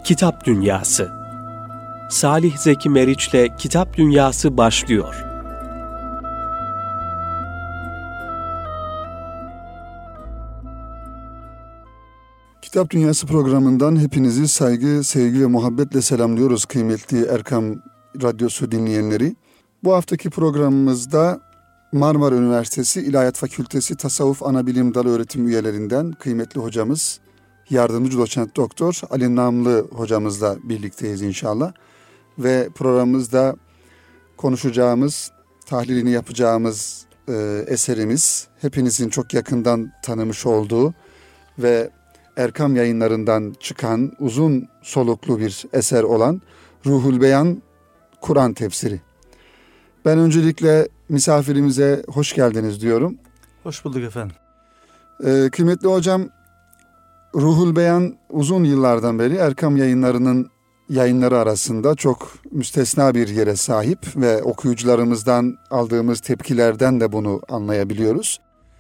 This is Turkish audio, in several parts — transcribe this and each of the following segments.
Kitap Dünyası. Salih Zeki Meriç'le Kitap Dünyası başlıyor. Kitap Dünyası programından hepinizi saygı, sevgi ve muhabbetle selamlıyoruz kıymetli Erkam Radyosu dinleyenleri. Bu haftaki programımızda Marmara Üniversitesi İlahiyat Fakültesi Tasavvuf Anabilim Dalı öğretim üyelerinden kıymetli hocamız, yardımcı doçent doktor Ali Namlı hocamızla birlikteyiz inşallah. Ve programımızda konuşacağımız, tahlilini yapacağımız eserimiz hepinizin çok yakından tanımış olduğu ve Erkam Yayınlarından çıkan uzun soluklu bir eser olan Ruhul Beyan Kur'an tefsiri. Ben öncelikle misafirimize hoş geldiniz diyorum. Hoş bulduk efendim. Kıymetli hocam, Ruhul Beyan uzun yıllardan beri Erkam Yayınları'nın yayınları arasında çok müstesna bir yere sahip ve okuyucularımızdan aldığımız tepkilerden de bunu anlayabiliyoruz.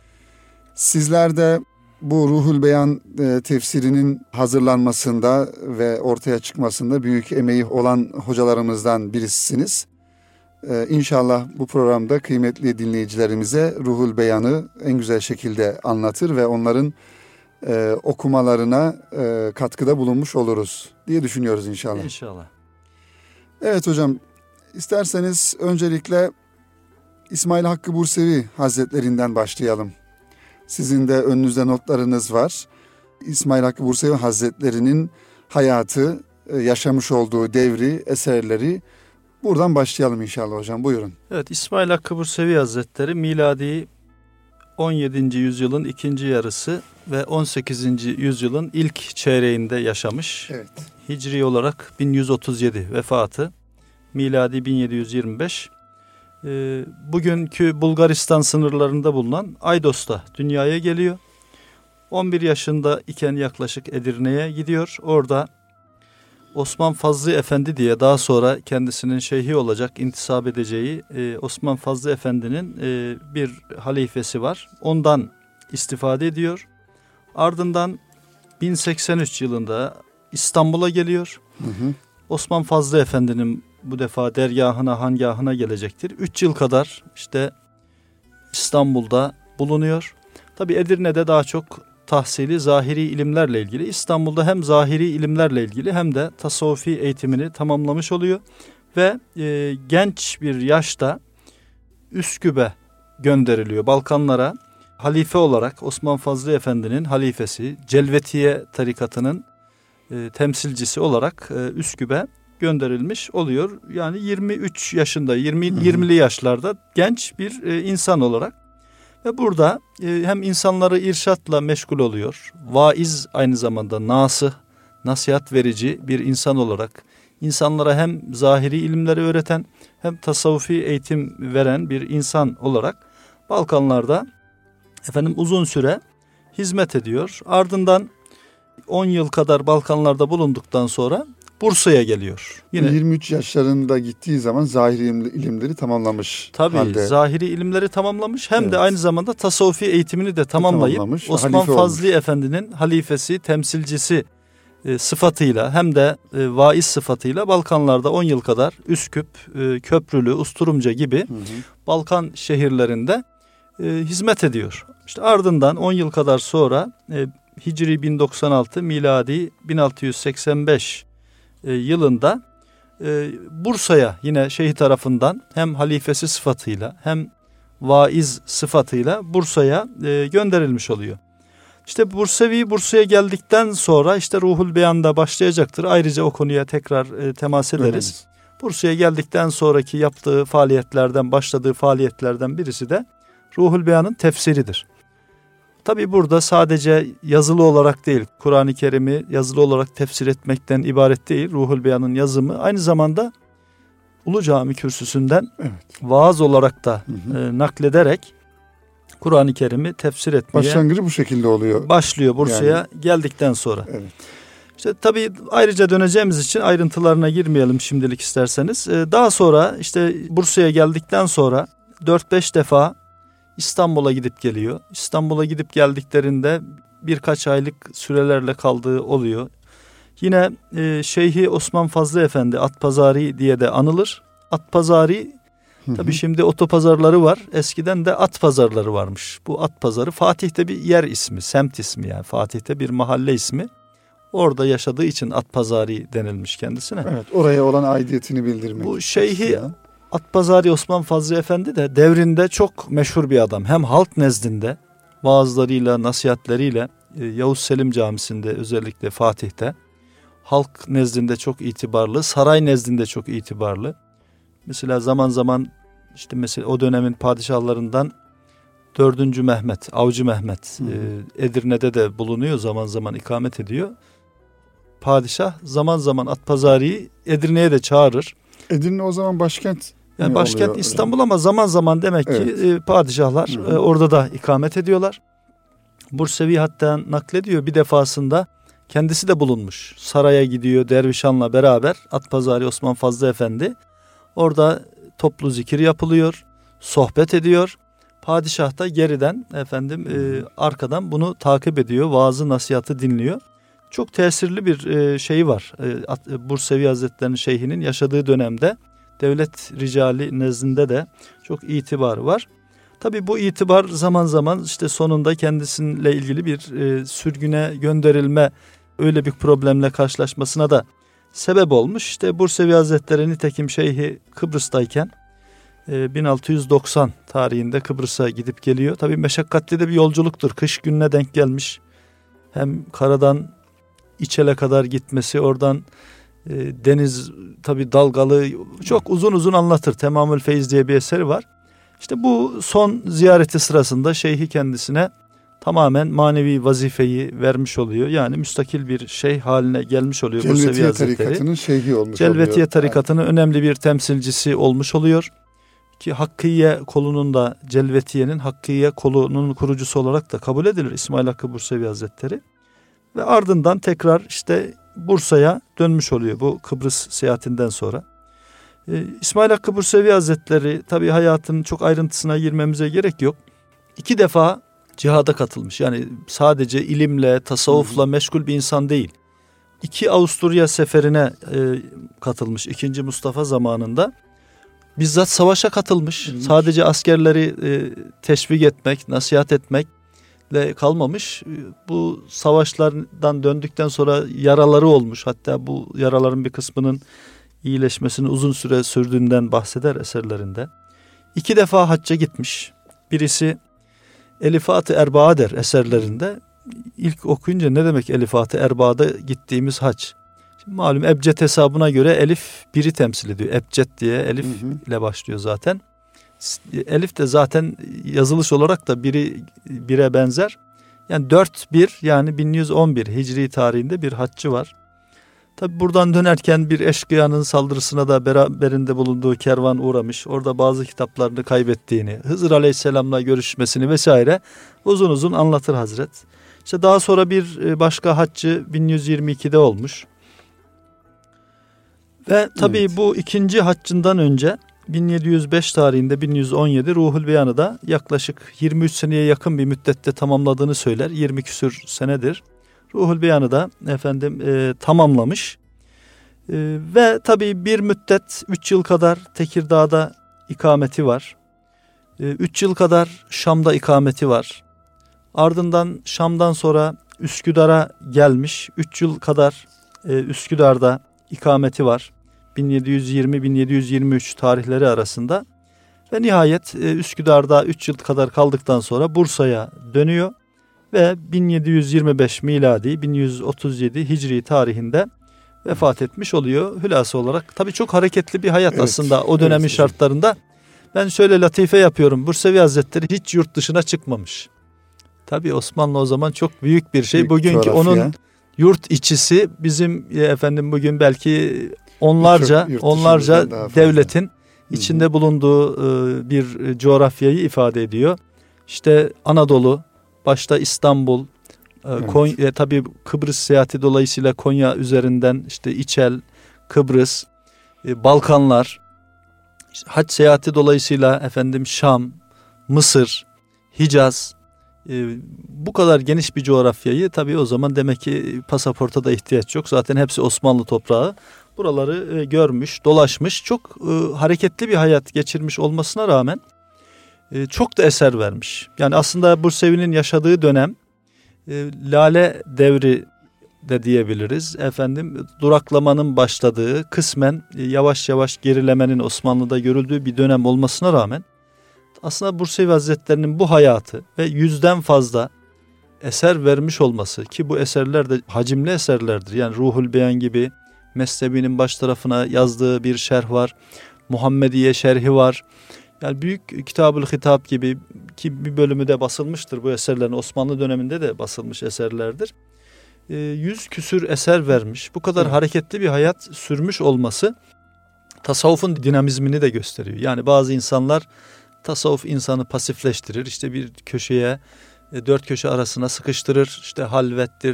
Sizler de bu Ruhul Beyan tefsirinin hazırlanmasında ve ortaya çıkmasında büyük emeği olan hocalarımızdan birisiniz. İnşallah bu programda kıymetli dinleyicilerimize Ruhul Beyan'ı en güzel şekilde anlatır ve onların okumalarına katkıda bulunmuş oluruz diye düşünüyoruz inşallah. İnşallah. Evet hocam, isterseniz öncelikle İsmail Hakkı Bursevi Hazretlerinden başlayalım. Sizin de önünüzde notlarınız var. İsmail Hakkı Bursevi Hazretleri'nin hayatı, yaşamış olduğu devri, eserleri, buradan başlayalım inşallah hocam. Buyurun. Evet, İsmail Hakkı Bursevi Hazretleri miladi 17. yüzyılın ikinci yarısı ve 18. yüzyılın ilk çeyreğinde yaşamış. Evet. Hicri olarak 1137 vefatı, miladi 1725. Bugünkü Bulgaristan sınırlarında bulunan Aydos'ta dünyaya geliyor. 11 yaşında iken yaklaşık Edirne'ye gidiyor. Orada Osman Fazlı Efendi diye daha sonra kendisinin şeyhi olacak, intisap edeceği Osman Fazlı Efendi'nin bir halifesi var. Ondan istifade ediyor. Ardından 1083 yılında İstanbul'a geliyor. Osman Fazlı Efendi'nin bu defa dergahına, hangahına gelecektir. 3 yıl kadar işte İstanbul'da bulunuyor. Tabi Edirne'de daha çok tahsili zahiri ilimlerle ilgili. İstanbul'da hem zahiri ilimlerle ilgili hem de tasavvufi eğitimini tamamlamış oluyor. Ve genç bir yaşta Üsküp'e gönderiliyor, Balkanlara. Halife olarak Osman Fazlı Efendi'nin halifesi, Celvetiye tarikatının temsilcisi olarak Üsküp'e gönderilmiş oluyor. Yani 23 yaşında, 20'li yaşlarda genç bir insan olarak. Ve burada hem insanları irşatla meşgul oluyor. Vaiz, aynı zamanda nasih, nasihat verici bir insan olarak insanlara hem zahiri ilimleri öğreten hem tasavvufi eğitim veren bir insan olarak Balkanlarda uzun süre hizmet ediyor. Ardından 10 yıl kadar Balkanlarda bulunduktan sonra Bursa'ya geliyor. Yine 23 yaşlarında gittiği zaman zahiri ilimleri tamamlamış. Tabii halde. Zahiri ilimleri tamamlamış, hem de aynı zamanda tasavvufi eğitimini de tamamlayıp Osman Fazlı Efendi'nin halifesi, temsilcisi sıfatıyla hem de vaiz sıfatıyla Balkanlarda 10 yıl kadar Üsküp, Köprülü, Usturumca gibi Balkan şehirlerinde hizmet ediyor. İşte ardından 10 yıl kadar sonra Hicri 1096, miladi 1685 yılında Bursa'ya yine şeyh tarafından hem halifesi sıfatıyla hem vaiz sıfatıyla Bursa'ya gönderilmiş oluyor. İşte Bursa'ya geldikten sonra işte Ruhul Beyan'da başlayacaktır. Ayrıca o konuya tekrar temas ederiz. Bursa'ya geldikten sonraki yaptığı faaliyetlerden, başladığı faaliyetlerden birisi de Ruhul Beyan'ın tefsiridir. Tabi burada sadece yazılı olarak değil, Kur'an-ı Kerim'i yazılı olarak tefsir etmekten ibaret değil. Ruhul Beyan'ın yazımı aynı zamanda Ulu Cami kürsüsünden vaaz olarak da naklederek Kur'an-ı Kerim'i tefsir etmeye başlangıcı bu şekilde oluyor. Başlıyor Bursa'ya geldikten sonra. Evet. İşte tabii ayrıca döneceğimiz için ayrıntılarına girmeyelim şimdilik isterseniz. Daha sonra işte Bursa'ya geldikten sonra 4-5 defa İstanbul'a gidip geliyor. İstanbul'a gidip geldiklerinde birkaç aylık sürelerle kaldığı oluyor. Yine Şeyhi Osman Fazlı Efendi Atpazari diye de anılır. Atpazari, tabii şimdi otopazarları var. Eskiden de at pazarları varmış. Bu at pazarı Fatih'te bir yer ismi, semt ismi yani. Fatih'te bir mahalle ismi. Orada yaşadığı için Atpazari denilmiş kendisine. Evet, oraya olan aidiyetini bildirmek. Bu Şeyhi Atpazari Osman Fazlı Efendi de devrinde çok meşhur bir adam. Hem halk nezdinde vaazlarıyla, nasihatleriyle Yavuz Selim Camisi'nde, özellikle Fatih'te halk nezdinde çok itibarlı, saray nezdinde çok itibarlı. Mesela zaman zaman işte mesela o dönemin padişahlarından 4. Mehmet, Avcı Mehmet Edirne'de de bulunuyor, zaman zaman ikamet ediyor. Padişah zaman zaman Atpazari'yi Edirne'ye de çağırır. Edirne o zaman başkent. Yani başkent oluyor? İstanbul ama zaman zaman demek ki padişahlar orada da ikamet ediyorlar. Bursevi hatta naklediyor, bir defasında kendisi de bulunmuş. Saraya gidiyor Dervişhan'la beraber, Atpazari Osman Fazlı Efendi. Orada toplu zikir yapılıyor, sohbet ediyor. Padişah da geriden arkadan bunu takip ediyor, vaazı nasihatı dinliyor. Çok tesirli bir şeyi var. Bursevi Hazretleri'nin şeyhinin yaşadığı dönemde devlet ricali nezdinde de çok itibarı var. Tabii bu itibar zaman zaman işte sonunda kendisiyle ilgili bir sürgüne gönderilme, öyle bir problemle karşılaşmasına da sebep olmuş. İşte Bursevi Hazretleri nitekim şeyhi Kıbrıs'tayken 1690 tarihinde Kıbrıs'a gidip geliyor. Tabii meşakkatli de bir yolculuktur. Kış gününe denk gelmiş. Hem karadan İçel'e kadar gitmesi, oradan deniz tabii dalgalı, çok uzun uzun anlatır. Temamül Feyz diye bir eseri var. İşte bu son ziyareti sırasında şeyhi kendisine tamamen manevi vazifeyi vermiş oluyor. Yani müstakil bir şeyh haline gelmiş oluyor Bursevi Celvetiye Hazretleri. tarikatının şeyhi olmuş oluyor. Celvetiye tarikatının önemli bir temsilcisi olmuş oluyor. Ki Hakkıye kolunun da, Celvetiye'nin Hakkıye kolunun kurucusu olarak da kabul edilir İsmail Hakkı Bursevi Hazretleri. Ve ardından tekrar işte Bursa'ya dönmüş oluyor bu Kıbrıs seyahatinden sonra. İsmail Hakkı Bursevi Hazretleri, tabii hayatının çok ayrıntısına girmemize gerek yok. 2 defa cihada katılmış. Yani sadece ilimle, tasavvufla meşgul bir insan değil. 2 Avusturya seferine katılmış 2. Mustafa zamanında. Bizzat savaşa katılmış. Sadece askerleri teşvik etmek, nasihat etmekle kalmamış. Bu savaşlardan döndükten sonra yaraları olmuş. Hatta bu yaraların bir kısmının iyileşmesini uzun süre sürdüğünden bahseder eserlerinde. 2 defa hacca gitmiş. Birisi Elifat-ı Erba'adır eserlerinde. İlk okuyunca ne demek Elifat-ı Erba'da gittiğimiz hac? Şimdi malum ebced hesabına göre elif 1'i temsil ediyor. Ebced diye elif ile başlıyor zaten. Elif de zaten yazılış olarak da 1'e benzer. Yani 4-1, yani 1111 Hicri tarihinde bir haccı var. Tabi buradan dönerken bir eşkıyanın saldırısına da beraberinde bulunduğu kervan uğramış. Orada bazı kitaplarını kaybettiğini, Hızır Aleyhisselam'la görüşmesini vesaire uzun uzun anlatır Hazret. İşte daha sonra bir başka haccı 1122'de olmuş. Ve tabii bu ikinci haccından önce 1705 tarihinde 1117 Ruhul Beyan'ı da yaklaşık 23 seneye yakın bir müddette tamamladığını söyler. 20 küsür senedir. Ruhul Beyan'ı da tamamlamış. Ve tabii bir müddet 3 yıl kadar Tekirdağ'da ikameti var. 3 yıl kadar Şam'da ikameti var. Ardından Şam'dan sonra Üsküdar'a gelmiş. 3 yıl kadar Üsküdar'da ikameti var. 1720-1723 tarihleri arasında. Ve nihayet Üsküdar'da 3 yıl kadar kaldıktan sonra Bursa'ya dönüyor. Ve 1725 miladi 1137 Hicri tarihinde vefat etmiş oluyor hülasa olarak. Tabii çok hareketli bir hayat aslında o dönemin şartlarında. Ben şöyle latife yapıyorum. Bursevi Hazretleri hiç yurt dışına çıkmamış. Tabii Osmanlı o zaman çok büyük bir şey. Bugünkü onun yurt içisi bizim bugün belki onlarca devletin içinde bulunduğu bir coğrafyayı ifade ediyor. İşte Anadolu, başta İstanbul, tabii Kıbrıs seyahati dolayısıyla Konya üzerinden işte İçel, Kıbrıs, Balkanlar, hac seyahati dolayısıyla Şam, Mısır, Hicaz, Bu kadar geniş bir coğrafyayı tabii o zaman demek ki pasaporta da ihtiyaç yok. Zaten hepsi Osmanlı toprağı. Buraları görmüş, dolaşmış, çok hareketli bir hayat geçirmiş olmasına rağmen çok da eser vermiş. Yani aslında Bursevi'nin yaşadığı dönem Lale devri de diyebiliriz. Duraklamanın başladığı, kısmen yavaş yavaş gerilemenin Osmanlı'da görüldüğü bir dönem olmasına rağmen aslında Bursevi Hazretleri'nin bu hayatı ve 100'den fazla eser vermiş olması, ki bu eserler de hacimli eserlerdir. Yani Ruhul Beyan gibi Mesnevi'nin baş tarafına yazdığı bir şerh var. Muhammediye şerhi var. Yani büyük Kitab-ül Hitap gibi, ki bir bölümü de basılmıştır bu eserlerin, Osmanlı döneminde de basılmış eserlerdir. 100 küsür eser vermiş. Bu kadar hareketli bir hayat sürmüş olması tasavvufun dinamizmini de gösteriyor. Yani bazı insanlar tasavvuf insanı pasifleştirir. İşte bir köşeye, dört köşe arasına sıkıştırır. İşte halvettir,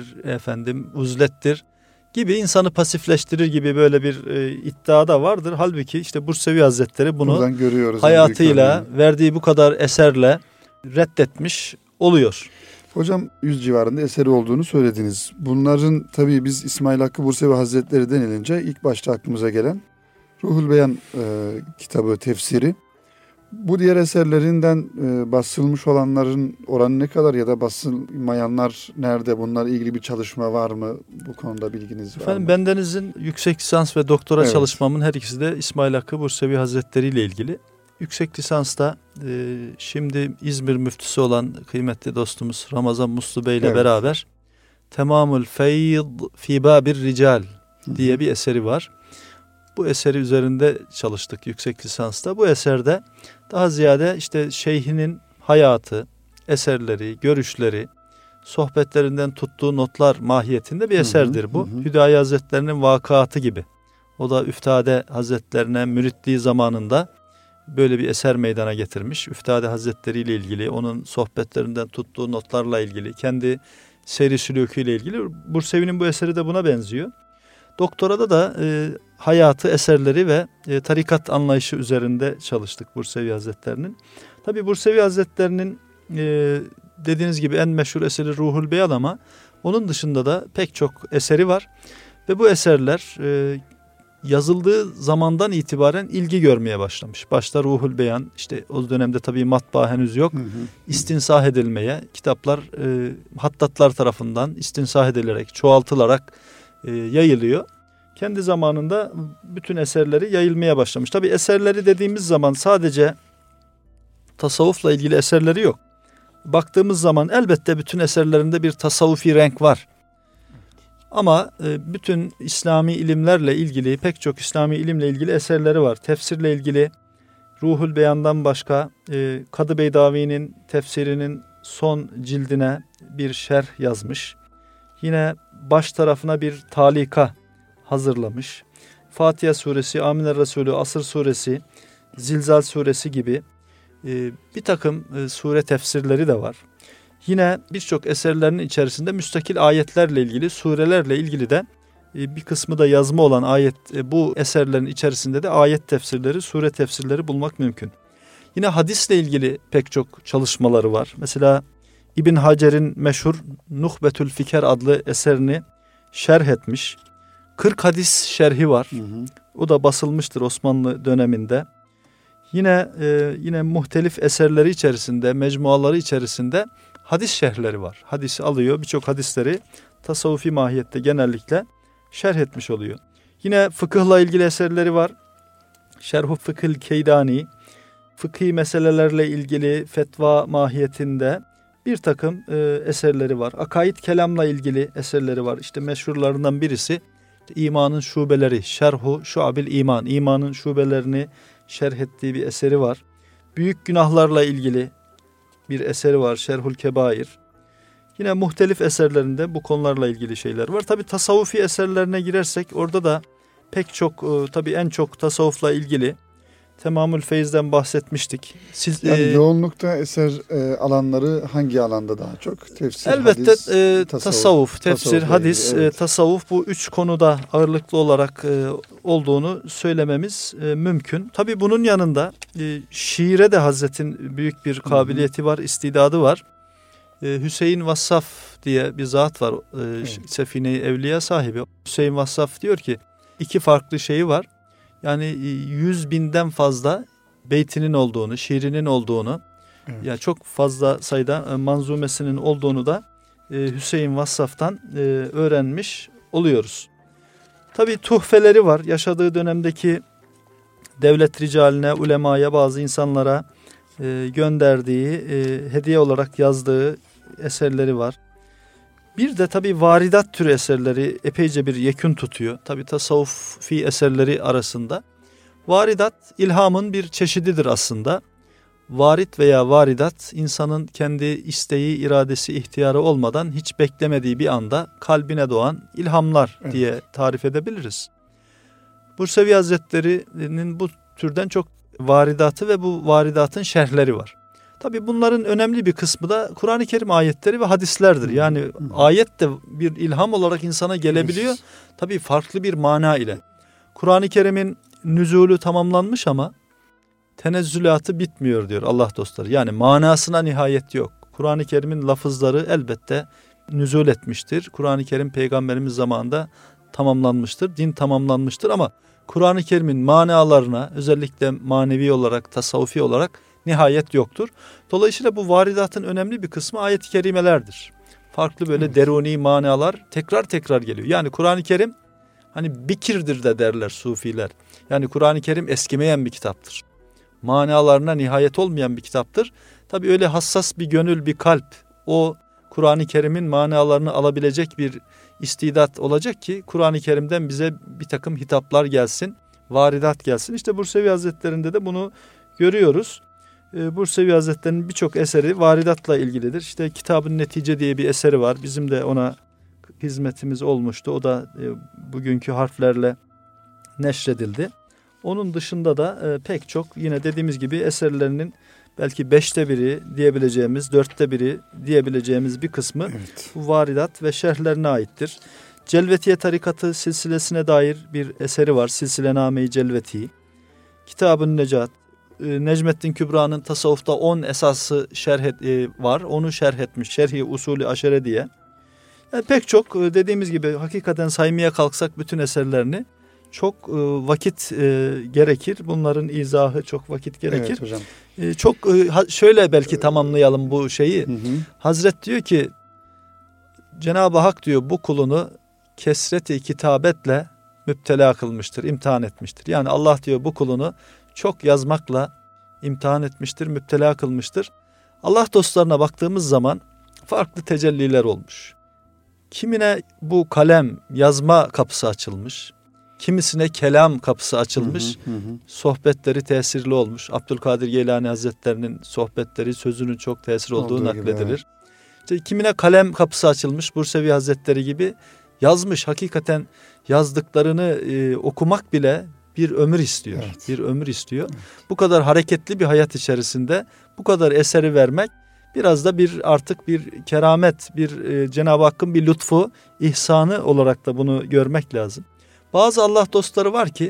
uzlettir gibi, insanı pasifleştirir gibi böyle bir iddia da vardır. Halbuki işte Bursevi Hazretleri bunu hayatıyla, verdiği bu kadar eserle reddetmiş oluyor. Hocam 100 civarında eseri olduğunu söylediniz. Bunların tabii biz İsmail Hakkı Bursevi Hazretleri denilince ilk başta aklımıza gelen Ruhul Beyan kitabı, tefsiri. Bu diğer eserlerinden basılmış olanların oranı ne kadar ya da basılmayanlar nerede? Bunlarla ilgili bir çalışma var mı? Bu konuda bilginiz var mı? Bendenizin yüksek lisans ve doktora çalışmamın her ikisi de İsmail Hakkı Bursevi Hazretleri ile ilgili. Yüksek lisansta şimdi İzmir müftüsü olan kıymetli dostumuz Ramazan Muslu Bey ile beraber Temamül Feyd Fî Bâbir Rical diye bir eseri var. Bu eseri üzerinde çalıştık yüksek lisansta. Bu eserde daha ziyade işte şeyhinin hayatı, eserleri, görüşleri, sohbetlerinden tuttuğu notlar mahiyetinde bir eserdir bu. Hüdayi Hazretlerinin vakıatı gibi. O da Üftade Hazretlerine müritliği zamanında böyle bir eser meydana getirmiş. Üftade Hazretleri ile ilgili, onun sohbetlerinden tuttuğu notlarla ilgili, kendi seyri sülûküyle ilgili. Bursevi'nin bu eseri de buna benziyor. Doktorada da hayatı, eserleri ve tarikat anlayışı üzerinde çalıştık Bursevi Hazretlerinin. Tabi Bursevi Hazretlerinin dediğiniz gibi en meşhur eseri Ruhul Beyan, ama onun dışında da pek çok eseri var. Ve bu eserler yazıldığı zamandan itibaren ilgi görmeye başlamış. Başta Ruhul Beyan, işte o dönemde tabii matbaa henüz yok. İstinsah edilmeye, kitaplar hattatlar tarafından istinsah edilerek, çoğaltılarak yayılıyor. Kendi zamanında bütün eserleri yayılmaya başlamış. Tabii eserleri dediğimiz zaman sadece tasavvufla ilgili eserleri yok. Baktığımız zaman elbette bütün eserlerinde bir tasavvufi renk var. Ama bütün İslami ilimlerle ilgili, pek çok İslami ilimle ilgili eserleri var. Tefsirle ilgili Ruhul Beyan'dan başka Kadı Beydavi'nin tefsirinin son cildine bir şerh yazmış. Yine baş tarafına bir talika hazırlamış. Fatiha suresi, Amine Resulü, Asır suresi, Zilzal suresi gibi bir takım sure tefsirleri de var. Yine birçok eserlerinin içerisinde müstakil ayetlerle ilgili, surelerle ilgili de bir kısmı da yazma olan bu eserlerin içerisinde de ayet tefsirleri, sure tefsirleri bulmak mümkün. Yine hadisle ilgili pek çok çalışmaları var. Mesela İbn Hacer'in meşhur Nuhbetül Fiker adlı eserini şerh etmiş. 40 hadis şerhi var. O da basılmıştır Osmanlı döneminde. Yine muhtelif eserleri içerisinde, mecmuaları içerisinde hadis şerhleri var. Hadisi alıyor, birçok hadisleri tasavvufi mahiyette genellikle şerh etmiş oluyor. Yine fıkıhla ilgili eserleri var. Şerh-u Fıkhıl Keydani, fıkhi meselelerle ilgili fetva mahiyetinde bir takım eserleri var. Akaid kelamla ilgili eserleri var. İşte meşhurlarından birisi İmanın Şubeleri, Şerhu Şuabil İman, İmanın şubelerini şerh ettiği bir eseri var. Büyük günahlarla ilgili bir eseri var, Şerhul Kebair. Yine muhtelif eserlerinde bu konularla ilgili şeyler var. Tabi tasavvufi eserlerine girersek orada da pek çok, tabi en çok tasavvufla ilgili Temamül Feyz'den bahsetmiştik. Yani yoğunlukta eser alanları hangi alanda daha çok? Tefsir, elbette hadis, tasavvuf, tefsir, hadis, tasavvuf, bu üç konuda ağırlıklı olarak olduğunu söylememiz mümkün. Tabii bunun yanında şiire de Hazret'in büyük bir kabiliyeti var, istidadı var. Hüseyin Vassaf diye bir zat var. Sefine-i Evliya sahibi. Hüseyin Vassaf diyor ki 2 farklı şeyi var. Yani 100.000'den fazla beytinin olduğunu, şiirinin olduğunu, yani çok fazla sayıda manzumesinin olduğunu da Hüseyin Vassaf'tan öğrenmiş oluyoruz. Tabii tuhfeleri var. Yaşadığı dönemdeki devlet ricaline, ulemaya, bazı insanlara gönderdiği, hediye olarak yazdığı eserleri var. Bir de tabii varidat türü eserleri epeyce bir yekün tutuyor. Tabii tasavvufi eserleri arasında. Varidat ilhamın bir çeşididir aslında. Varit veya varidat insanın kendi isteği, iradesi, ihtiyarı olmadan hiç beklemediği bir anda kalbine doğan ilhamlar diye tarif edebiliriz. Bursevi Hazretleri'nin bu türden çok varidatı ve bu varidatın şerhleri var. Tabii bunların önemli bir kısmı da Kur'an-ı Kerim ayetleri ve hadislerdir. Yani ayet de bir ilham olarak insana gelebiliyor. Tabii farklı bir mana ile. Kur'an-ı Kerim'in nüzulü tamamlanmış ama tenezzülatı bitmiyor diyor Allah dostları. Yani manasına nihayet yok. Kur'an-ı Kerim'in lafızları elbette nüzul etmiştir. Kur'an-ı Kerim Peygamberimiz zamanında tamamlanmıştır. Din tamamlanmıştır ama Kur'an-ı Kerim'in manalarına özellikle manevi olarak, tasavvufi olarak nihayet yoktur. Dolayısıyla bu varidatın önemli bir kısmı ayet-i kerimelerdir. Farklı böyle deruni manalar tekrar tekrar geliyor. Yani Kur'an-ı Kerim hani bikirdir de derler sufiler. Yani Kur'an-ı Kerim eskimeyen bir kitaptır. Manalarına nihayet olmayan bir kitaptır. Tabii öyle hassas bir gönül, bir kalp o Kur'an-ı Kerim'in manalarını alabilecek bir istidat olacak ki Kur'an-ı Kerim'den bize bir takım hitaplar gelsin, varidat gelsin. İşte Bursevi Hazretleri'nde de bunu görüyoruz. Bursevi Hazretleri'nin birçok eseri varidatla ilgilidir. İşte Kitab-ı Netice diye bir eseri var. Bizim de ona hizmetimiz olmuştu. O da bugünkü harflerle neşredildi. Onun dışında da pek çok yine dediğimiz gibi eserlerinin belki 5'te biri diyebileceğimiz, 4'te biri diyebileceğimiz bir kısmı bu varidat ve şerhlerine aittir. Celvetiye tarikatı silsilesine dair bir eseri var. Silsile-name-i Celveti. Kitab-ı Necat. Necmettin Kübra'nın tasavvufta 10 esası var. Onu şerh etmiş. Şerhi Usulü Aşere diye. Yani pek çok dediğimiz gibi hakikaten saymaya kalksak bütün eserlerini çok vakit gerekir. Bunların izahı çok vakit gerekir. Evet hocam. Çok şöyle belki tamamlayalım bu şeyi. Hazret diyor ki Cenab-ı Hak diyor bu kulunu kesreti kitabetle müptela kılmıştır, imtihan etmiştir. Yani Allah diyor bu kulunu çok yazmakla imtihan etmiştir, müptela kılmıştır. Allah dostlarına baktığımız zaman farklı tecelliler olmuş. Kimine bu kalem yazma kapısı açılmış. Kimisine kelam kapısı açılmış. Sohbetleri tesirli olmuş. Abdülkadir Geylani Hazretlerinin sohbetleri sözünün çok tesir olduğu nakledilir. İşte kimine kalem kapısı açılmış. Bursevi Hazretleri gibi yazmış. Hakikaten yazdıklarını okumak bile bir ömür istiyor. Evet. Bir ömür istiyor. Evet. Bu kadar hareketli bir hayat içerisinde bu kadar eseri vermek biraz da artık bir keramet, bir Cenab-ı Hakk'ın bir lütfu, ihsanı olarak da bunu görmek lazım. Bazı Allah dostları var ki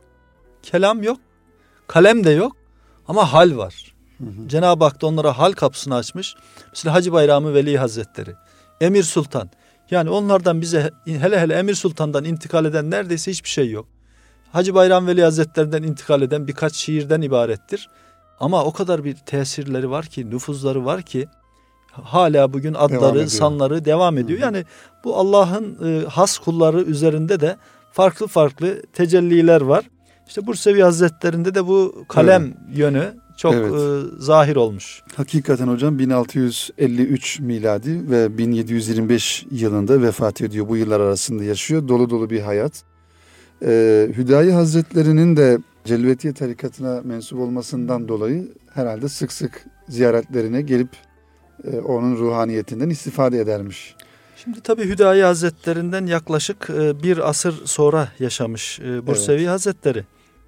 kelam yok, kalem de yok ama hal var. Cenab-ı Hak da onlara hal kapısını açmış. Mesela Hacı Bayram Veli Hazretleri, Emir Sultan. Yani onlardan bize hele Emir Sultan'dan intikal eden neredeyse hiçbir şey yok. Hacı Bayram Veli Hazretlerinden intikal eden birkaç şiirden ibarettir. Ama o kadar bir tesirleri var ki, nüfuzları var ki hala bugün adları, sanları devam ediyor. Yani bu Allah'ın has kulları üzerinde de farklı farklı tecelliler var. İşte Bursevi Hazretleri'nde de bu kalem yönü çok zahir olmuş. Hakikaten hocam 1653 miladi ve 1725 yılında vefat ediyor. Bu yıllar arasında yaşıyor. Dolu dolu bir hayat. Hüdayi Hazretleri'nin de Celvetiye tarikatına mensup olmasından dolayı herhalde sık sık ziyaretlerine gelip onun ruhaniyetinden istifade edermiş. Şimdi tabii Hüdayi Hazretlerinden yaklaşık bir asır sonra yaşamış Bursevi Hazretleri.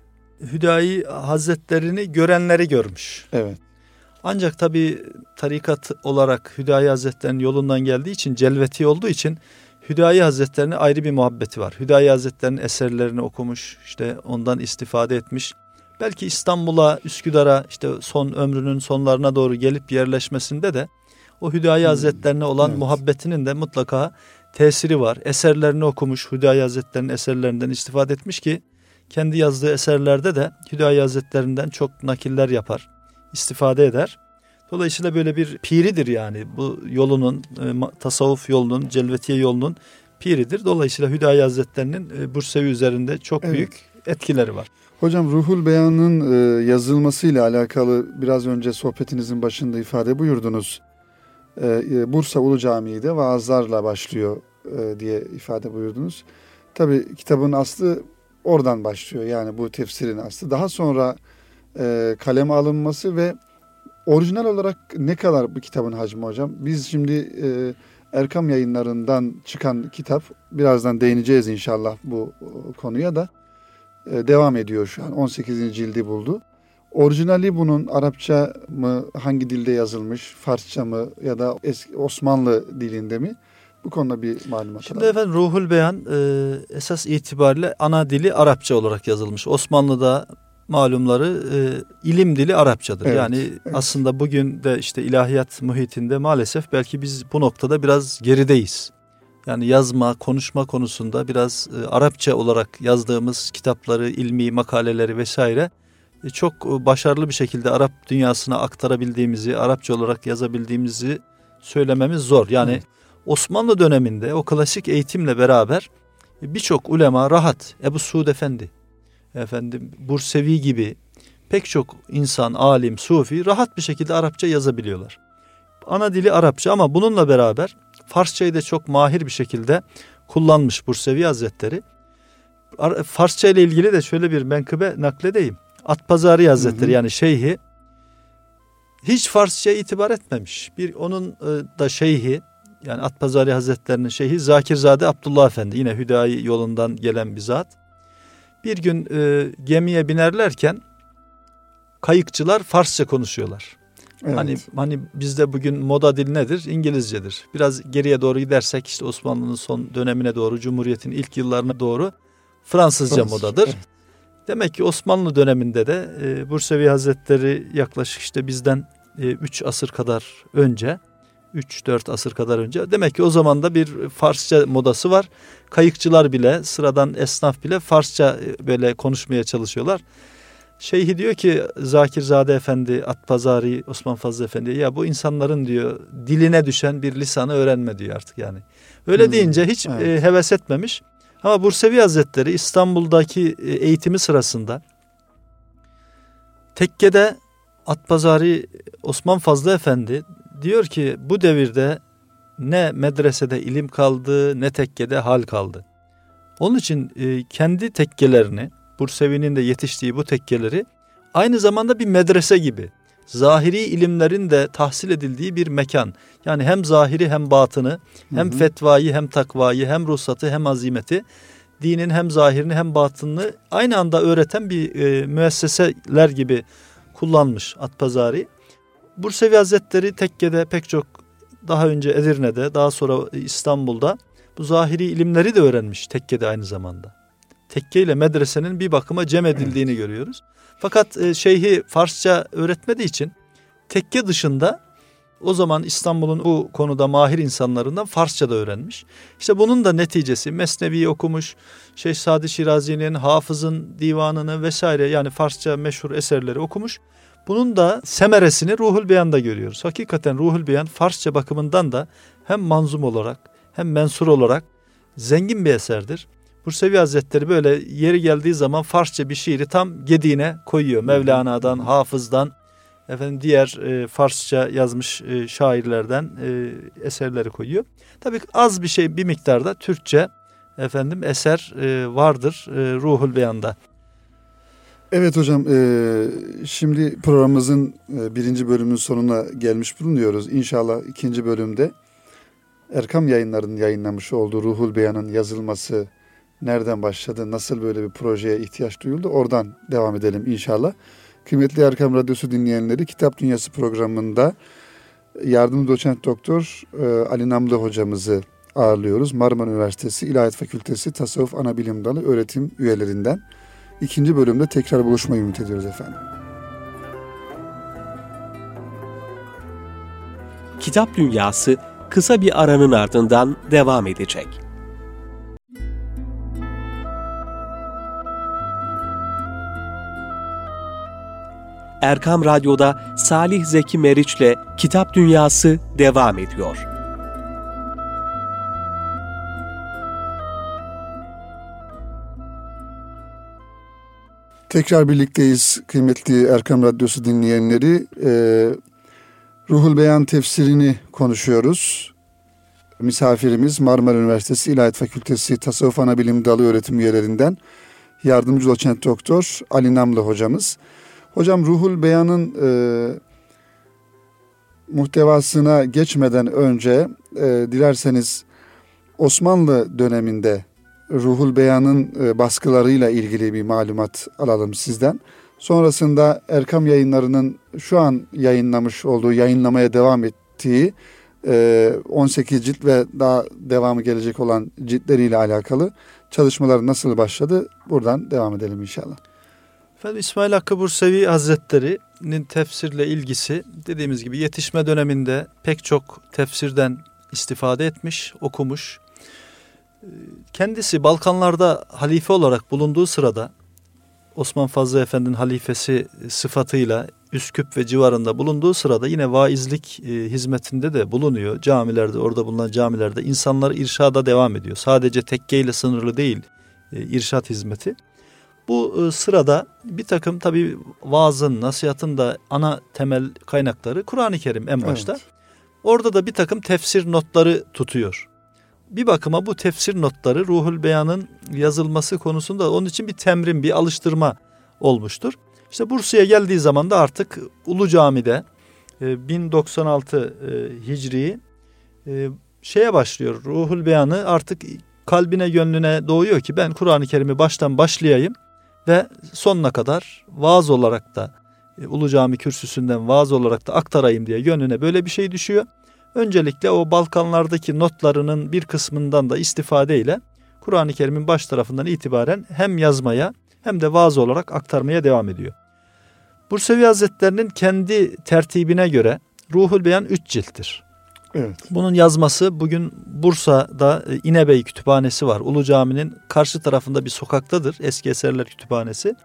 Hüdayi Hazretlerini görenleri görmüş. Evet. Ancak tabii tarikat olarak Hüdayi Hazretleri'nin yolundan geldiği için, celveti olduğu için Hüdayi Hazretleri'ne ayrı bir muhabbeti var. Hüdayi Hazretleri'nin eserlerini okumuş, işte ondan istifade etmiş. Belki İstanbul'a, Üsküdar'a işte son ömrünün sonlarına doğru gelip yerleşmesinde de O Hüdayi Hazretlerine olan muhabbetinin de mutlaka tesiri var. Eserlerini okumuş, Hüdayi Hazretleri'nin eserlerinden istifade etmiş ki kendi yazdığı eserlerde de Hüdayi Hazretlerinden çok nakiller yapar, istifade eder. Dolayısıyla böyle bir piridir yani bu yolunun, tasavvuf yolunun, celvetiye yolunun piridir. Dolayısıyla Hüdayi Hazretleri'nin Bursevi üzerinde çok büyük etkileri var. Hocam Ruhul Beyan'ın yazılmasıyla alakalı biraz önce sohbetinizin başında ifade buyurdunuz. Bursa Ulu Camii'de vaazlarla başlıyor diye ifade buyurdunuz. Tabii kitabın aslı oradan başlıyor. Yani bu tefsirin aslı. Daha sonra kaleme alınması ve orijinal olarak ne kadar bu kitabın hacmi hocam? Biz şimdi Erkam Yayınları'ndan çıkan kitap, birazdan değineceğiz inşallah bu konuya da, devam ediyor şu an. 18. cildi buldu. Orijinali bunun Arapça mı, hangi dilde yazılmış, Farsça mı ya da eski Osmanlı dilinde mi? Bu konuda bir malumat Şimdi efendim Ruhul Beyan esas itibariyle ana dili Arapça olarak yazılmış. Osmanlı'da malumları ilim dili Arapçadır. Evet, yani aslında bugün de işte ilahiyat muhitinde maalesef belki biz bu noktada biraz gerideyiz. Yani yazma, konuşma konusunda biraz Arapça olarak yazdığımız kitapları, ilmi makaleleri vesaire çok başarılı bir şekilde Arap dünyasına aktarabildiğimizi, Arapça olarak yazabildiğimizi söylememiz zor. Yani Osmanlı döneminde o klasik eğitimle beraber birçok ulema rahat, Ebu Suud Efendi, Bursevi gibi pek çok insan, alim, sufi rahat bir şekilde Arapça yazabiliyorlar. Ana dili Arapça ama bununla beraber Farsçayı da çok mahir bir şekilde kullanmış Bursevi Hazretleri. Farsça ile ilgili de şöyle bir menkıbe nakledeyim. Atpazari Hazretleri yani şeyhi hiç Farsça'ya itibar etmemiş. Onun da şeyhi yani Atpazari Hazretleri'nin şeyhi Zakirzade Abdullah Efendi, yine Hüdayi yolundan gelen bir zat. Bir gün gemiye binerlerken kayıkçılar Farsça konuşuyorlar. Evet. Hani bizde bugün moda dil nedir? İngilizcedir. Biraz geriye doğru gidersek işte Osmanlı'nın son dönemine doğru, Cumhuriyet'in ilk yıllarına doğru Fransızca modadır. Evet. Demek ki Osmanlı döneminde de Bursevi Hazretleri yaklaşık işte bizden 3 asır kadar önce, 3-4 asır kadar önce, demek ki o zaman da bir Farsça modası var. Kayıkçılar bile, sıradan esnaf bile Farsça böyle konuşmaya çalışıyorlar. Şeyhi diyor ki Zakirzade Efendi, Atpazari, Osman Fazıl Efendi, ya bu insanların diyor diline düşen bir lisanı öğrenme diyor artık yani. Öyle deyince hiç heves etmemiş. Ama Bursevi Hazretleri İstanbul'daki eğitimi sırasında tekkede Atpazari Osman Fazıl Efendi diyor ki bu devirde ne medresede ilim kaldı ne tekkede hal kaldı. Onun için kendi tekkelerini, Bursevi'nin de yetiştiği bu tekkeleri aynı zamanda bir medrese gibi, zahiri ilimlerin de tahsil edildiği bir mekan. Yani hem zahiri hem batını, hem fetvayı hem takvayı, hem ruhsatı hem azimeti, dinin hem zahirini hem batınını aynı anda öğreten bir müesseseler gibi kullanmış Atpazari. Bursevi Hazretleri tekkede pek çok, daha önce Edirne'de, daha sonra İstanbul'da bu zahiri ilimleri de öğrenmiş tekkede aynı zamanda. Tekke ile medresenin bir bakıma cem edildiğini görüyoruz. Fakat şeyhi Farsça öğretmediği için tekke dışında o zaman İstanbul'un bu konuda mahir insanlarından Farsça da öğrenmiş. İşte bunun da neticesi Mesnevi'yi okumuş, Şeyh Sadi Şirazi'nin, Hafız'ın divanını vesaire, yani Farsça meşhur eserleri okumuş. Bunun da semeresini Ruhul Beyan'da görüyoruz. Hakikaten Ruhul Beyan Farsça bakımından da hem manzum olarak hem mensur olarak zengin bir eserdir. Bursevi Hazretleri böyle yeri geldiği zaman Farsça bir şiiri tam gediğine koyuyor. Mevlana'dan, Hafız'dan, diğer Farsça yazmış şairlerden eserleri koyuyor. Tabii az bir şey, bir miktarda Türkçe eser vardır Ruhul Beyan'da. Evet hocam, şimdi programımızın birinci bölümünün sonuna gelmiş bulunuyoruz. İnşallah ikinci bölümde Erkam Yayınları'nın yayınlamış olduğu Ruhul Beyan'ın yazılması nereden başladı, nasıl böyle bir projeye ihtiyaç duyuldu, oradan devam edelim inşallah. Kıymetli Erkam Radyosu dinleyenleri, Kitap Dünyası programında yardımcı doçent doktor Ali Namlı hocamızı ağırlıyoruz. Marmara Üniversitesi İlahiyat Fakültesi Tasavvuf Anabilim Dalı öğretim üyelerinden. İkinci bölümde tekrar buluşmayı ümit ediyoruz efendim. Kitap Dünyası kısa bir aranın ardından devam edecek. Erkam Radyo'da Salih Zeki Meriç'le Kitap Dünyası devam ediyor. Tekrar birlikteyiz kıymetli Erkam Radyosu dinleyenleri. Ruhul Beyan tefsirini konuşuyoruz. Misafirimiz Marmara Üniversitesi İlahiyat Fakültesi Tasavvuf Anabilim Dalı öğretim üyelerinden yardımcı doçent doktor Ali Namlı hocamız. Hocam, Ruhul Beyan'ın muhtevasına geçmeden önce dilerseniz Osmanlı döneminde Ruhul Beyan'ın baskılarıyla ilgili bir malumat alalım sizden. Sonrasında Erkam Yayınları'nın şu an yayınlamış olduğu, yayınlamaya devam ettiği 18 cilt ve daha devamı gelecek olan ciltleriyle alakalı çalışmalar nasıl başladı? Buradan devam edelim inşallah. Efendim, İsmail Hakkı Bursevi Hazretleri'nin tefsirle ilgisi dediğimiz gibi yetişme döneminde pek çok tefsirden istifade etmiş, okumuş. Kendisi Balkanlarda halife olarak bulunduğu sırada Osman Fazlı Efendi'nin halifesi sıfatıyla Üsküp ve civarında bulunduğu sırada yine vaizlik hizmetinde de bulunuyor. Camilerde, orada bulunan camilerde insanları irşada devam ediyor. Sadece tekkeyle sınırlı değil irşat hizmeti. Bu sırada bir takım tabii vaazın, nasihatın da ana temel kaynakları Kur'an-ı Kerim en başta. Evet. Orada da bir takım tefsir notları tutuyor. Bir bakıma bu tefsir notları Ruhul Beyan'ın yazılması konusunda onun için bir temrin, bir alıştırma olmuştur. İşte Bursa'ya geldiği zaman da artık Ulu Cami'de 1096 Hicri şeye başlıyor. Ruhul Beyan'ı artık kalbine, gönlüne doğuyor ki ben Kur'an-ı Kerim'i baştan başlayayım ve sonuna kadar vaaz olarak da Ulu Cami kürsüsünden vaaz olarak da aktarayım diye gönlüne böyle bir şey düşüyor. Öncelikle o Balkanlardaki notlarının bir kısmından da istifadeyle Kur'an-ı Kerim'in baş tarafından itibaren hem yazmaya hem de vaaz olarak aktarmaya devam ediyor. Bursevi Hazretleri'nin kendi tertibine göre Ruhul Beyan 3 cilttir. Evet. Bunun yazması bugün Bursa'da İnebey Kütüphanesi var. Ulu Cami'nin karşı tarafında bir sokaktadır. Eski Eserler Kütüphanesi.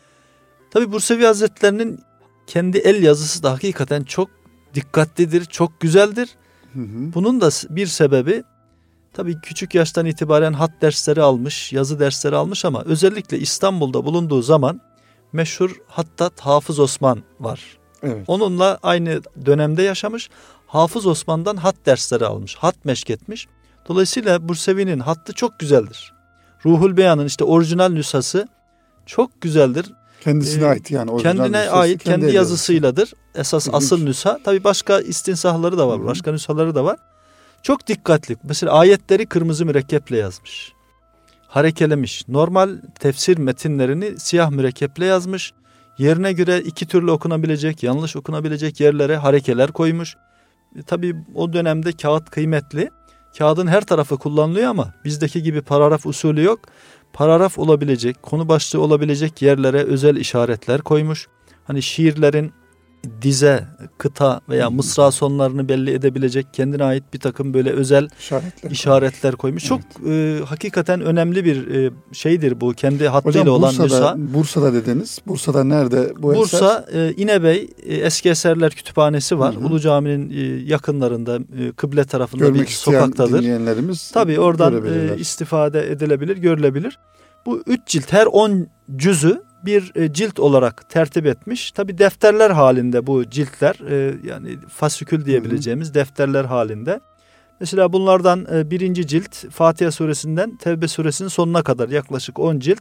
Tabi Bursevi Hazretleri'nin kendi el yazısı da hakikaten çok dikkatlidir, çok güzeldir. Bunun da bir sebebi tabii küçük yaştan itibaren hat dersleri almış, yazı dersleri almış ama özellikle İstanbul'da bulunduğu zaman meşhur Hattat Hafız Osman var. Evet. Onunla aynı dönemde yaşamış. Hafız Osman'dan hat dersleri almış, hat meşk etmiş. Dolayısıyla Bursevi'nin hattı çok güzeldir. Ruhul Beyan'ın işte orijinal nüshası çok güzeldir. Kendisine ait yani. Kendine ait, kendi yazısıyladır. Esas İlginç. Asıl nüsha. Tabii başka istinsahları da var. Başka nüshaları da var. Çok dikkatli. Mesela ayetleri kırmızı mürekkeple yazmış. Harekelemiş. Normal tefsir metinlerini siyah mürekkeple yazmış. Yerine göre iki türlü okunabilecek, yanlış okunabilecek yerlere harekeler koymuş. Tabii o dönemde kağıt kıymetli. Kağıdın her tarafı kullanılıyor ama bizdeki gibi paragraf usulü yok. Paragraf olabilecek, konu başlığı olabilecek yerlere özel işaretler koymuş. Hani şiirlerin dize, kıta veya mısra sonlarını belli edebilecek kendine ait bir takım böyle özel işaretler koymuş. Çok hakikaten önemli bir şeydir bu, kendi hattıyla hocam, olan nüsha. Bursa'da dediniz. Bursa'da nerede bu eser? Bursa İnebey Eski Eserler Kütüphanesi var. Ulu Cami'nin yakınlarında, kıble tarafında görmek bir sokaktadır. Dinleyenlerimiz tabii oradan istifade edilebilir, görülebilir. Bu 3 cilt, her 10 cüzü bir cilt olarak tertip etmiş. Tabi defterler halinde bu ciltler, yani fasikül diyebileceğimiz defterler halinde. Mesela bunlardan birinci cilt Fatiha suresinden Tevbe suresinin sonuna kadar yaklaşık 10 cilt.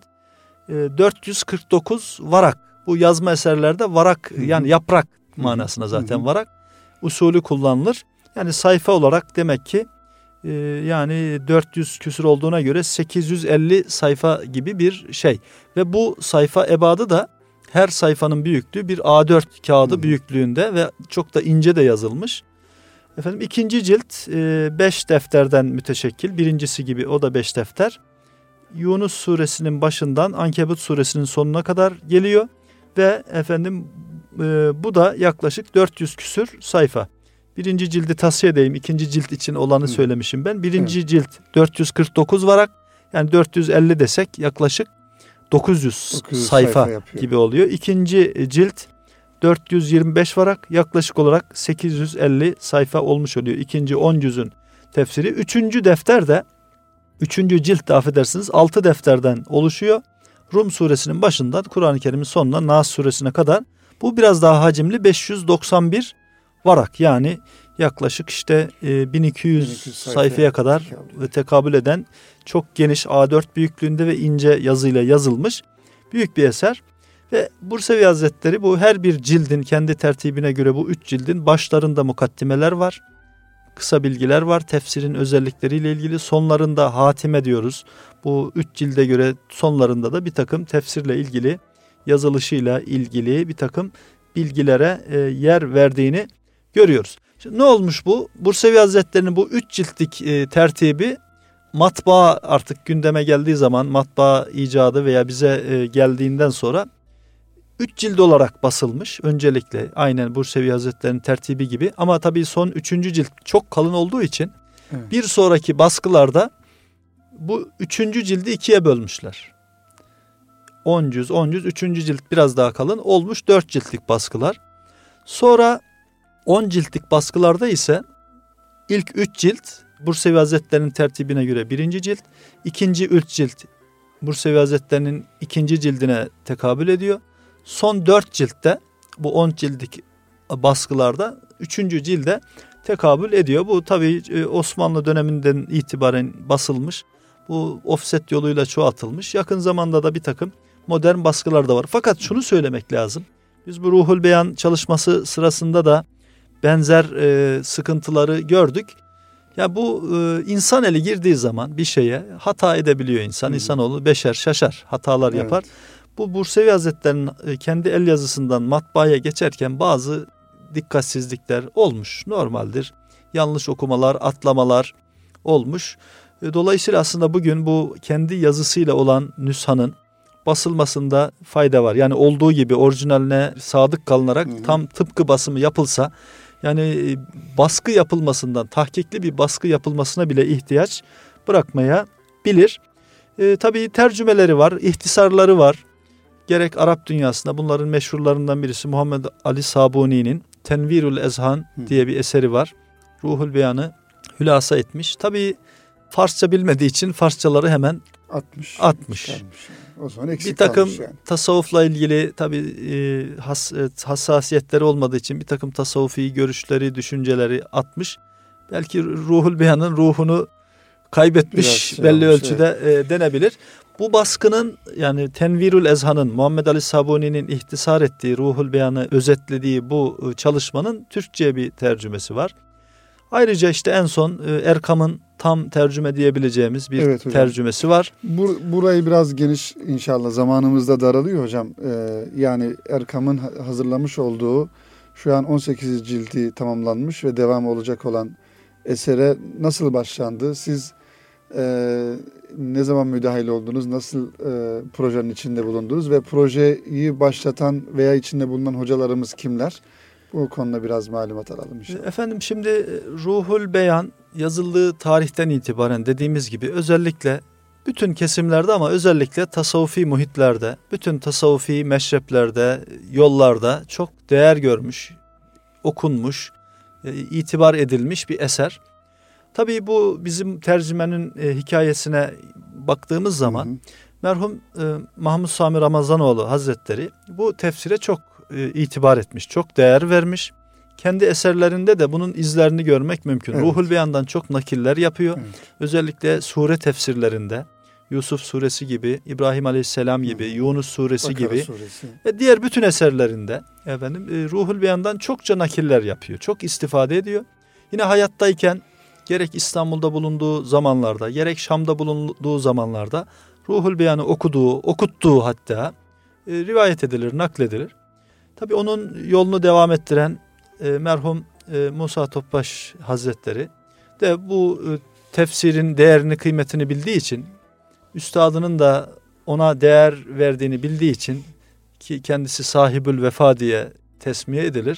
449 varak. Bu yazma eserlerde varak, yani yaprak manasına zaten varak usulü kullanılır. Yani sayfa olarak demek ki yani 400 küsur olduğuna göre 850 sayfa gibi bir şey. Ve bu sayfa ebadı da her sayfanın büyüklüğü bir A4 kağıdı büyüklüğünde ve çok da ince de yazılmış. Efendim, ikinci cilt 5 defterden müteşekkil. Birincisi gibi o da 5 defter. Yunus suresinin başından Ankebut suresinin sonuna kadar geliyor. Ve efendim bu da yaklaşık 400 küsür sayfa. Birinci cildi tavsiye edeyim. İkinci cilt için olanı söylemişim ben. Birinci cilt 449 varak, yani 450 desek yaklaşık 900 sayfa gibi oluyor. İkinci cilt 425 varak, yaklaşık olarak 850 sayfa olmuş oluyor. İkinci 10 cüzün tefsiri. Üçüncü defter de, üçüncü cilt de affedersiniz 6 defterden oluşuyor. Rum suresinin başından Kur'an-ı Kerim'in sonuna Nas suresine kadar. Bu biraz daha hacimli, 591 varak, yani yaklaşık işte 1200 sayfaya kadar tekabül eden çok geniş A4 büyüklüğünde ve ince yazıyla yazılmış büyük bir eser. Ve Bursevi Hazretleri bu her bir cildin kendi tertibine göre bu 3 cildin başlarında mukaddimeler var. Kısa bilgiler var tefsirin özellikleriyle ilgili. Sonlarında hatime diyoruz. Bu 3 cilde göre sonlarında da bir takım tefsirle ilgili, yazılışıyla ilgili bir takım bilgilere yer verdiğini görüyoruz. Şimdi ne olmuş bu? Bursevi Hazretleri'nin bu 3 ciltlik tertibi matbaa artık gündeme geldiği zaman, matbaa icadı veya bize geldiğinden sonra 3 cilt olarak basılmış. Öncelikle aynen Bursevi Hazretleri'nin tertibi gibi, ama tabii son 3. cilt çok kalın olduğu için bir sonraki baskılarda bu 3. cildi 2'ye bölmüşler. 10 cüz, 3. cilt biraz daha kalın olmuş, 4 ciltlik baskılar. Sonra 10 ciltlik baskılarda ise ilk 3 cilt Bursevi Hazretleri'nin tertibine göre 1. cilt, ikinci 3 cilt Bursevi Hazretleri'nin 2. cildine tekabül ediyor. Son 4 ciltte bu 10 ciltlik baskılarda 3. cilde tekabül ediyor. Bu tabii Osmanlı döneminden itibaren basılmış. Bu ofset yoluyla çoğaltılmış. Yakın zamanda da bir takım modern baskılar da var. Fakat şunu söylemek lazım. Biz bu Ruhul Beyan çalışması sırasında da benzer sıkıntıları gördük. Ya bu insan eli girdiği zaman bir şeye hata edebiliyor insan. İnsanoğlu beşer, şaşar, hatalar yapar. Bu Bursevi Hazretleri'nin kendi el yazısından matbaaya geçerken bazı dikkatsizlikler olmuş. Normaldir. Yanlış okumalar, atlamalar olmuş. Dolayısıyla aslında bugün bu kendi yazısıyla olan nüshanın basılmasında fayda var. Yani olduğu gibi orijinaline sadık kalınarak tam tıpkı basımı yapılsa, yani baskı yapılmasından, tahkikli bir baskı yapılmasına bile ihtiyaç bırakmayabilir. Tabii tercümeleri var, ihtisarları var. Gerek Arap dünyasında, bunların meşhurlarından birisi Muhammed Ali Sabuni'nin Tenvirul Ezhan diye bir eseri var. Ruhul Beyan'ı hülasa etmiş. Tabii Farsça bilmediği için Farsçaları hemen atmış. O zaman eksik bir takım yani. Tasavvufla ilgili tabii hassasiyetleri olmadığı için bir takım tasavvufi görüşleri, düşünceleri atmış. Belki Ruhul Beyan'ın ruhunu kaybetmiş biraz belli ölçüde denebilir. Bu baskının, yani Tenvirul Ezhan'ın, Muhammed Ali Sabuni'nin ihtisar ettiği, Ruhul Beyan'ı özetlediği bu çalışmanın Türkçe'ye bir tercümesi var. Ayrıca işte en son Erkam'ın tam tercüme diyebileceğimiz bir tercümesi var. Burayı biraz geniş, inşallah zamanımızda daralıyor hocam. Yani Erkam'ın hazırlamış olduğu şu an 18 cildi tamamlanmış ve devam olacak olan esere nasıl başlandı? Siz ne zaman müdahil oldunuz? Nasıl projenin içinde bulundunuz? Ve projeyi başlatan veya içinde bulunan hocalarımız kimler? Bu konuda biraz malumat alalım inşallah. Efendim, şimdi Ruhul Beyan yazıldığı tarihten itibaren dediğimiz gibi özellikle bütün kesimlerde, ama özellikle tasavvufi muhitlerde, bütün tasavvufi meşreplerde, yollarda çok değer görmüş, okunmuş, itibar edilmiş bir eser. Tabii bu bizim tercümenin hikayesine baktığımız zaman merhum Mahmud Sami Ramazanoğlu Hazretleri bu tefsire çok itibar etmiş, çok değer vermiş. Kendi eserlerinde de bunun izlerini görmek mümkün. Ruhul Beyan'dan çok nakiller yapıyor. Özellikle sure tefsirlerinde Yusuf suresi gibi, İbrahim Aleyhisselam gibi, Yunus suresi Bakara gibi suresi ve diğer bütün eserlerinde Ruhul Beyan'dan çokça nakiller yapıyor. Çok istifade ediyor. Yine hayattayken gerek İstanbul'da bulunduğu zamanlarda, gerek Şam'da bulunduğu zamanlarda Ruhul Beyan'ı okuttuğu hatta rivayet edilir, nakledilir. Tabii onun yolunu devam ettiren merhum Musa Topbaş Hazretleri de bu tefsirin değerini, kıymetini bildiği için, üstadının da ona değer verdiğini bildiği için, ki kendisi sahibül vefa diye tesmiye edilir,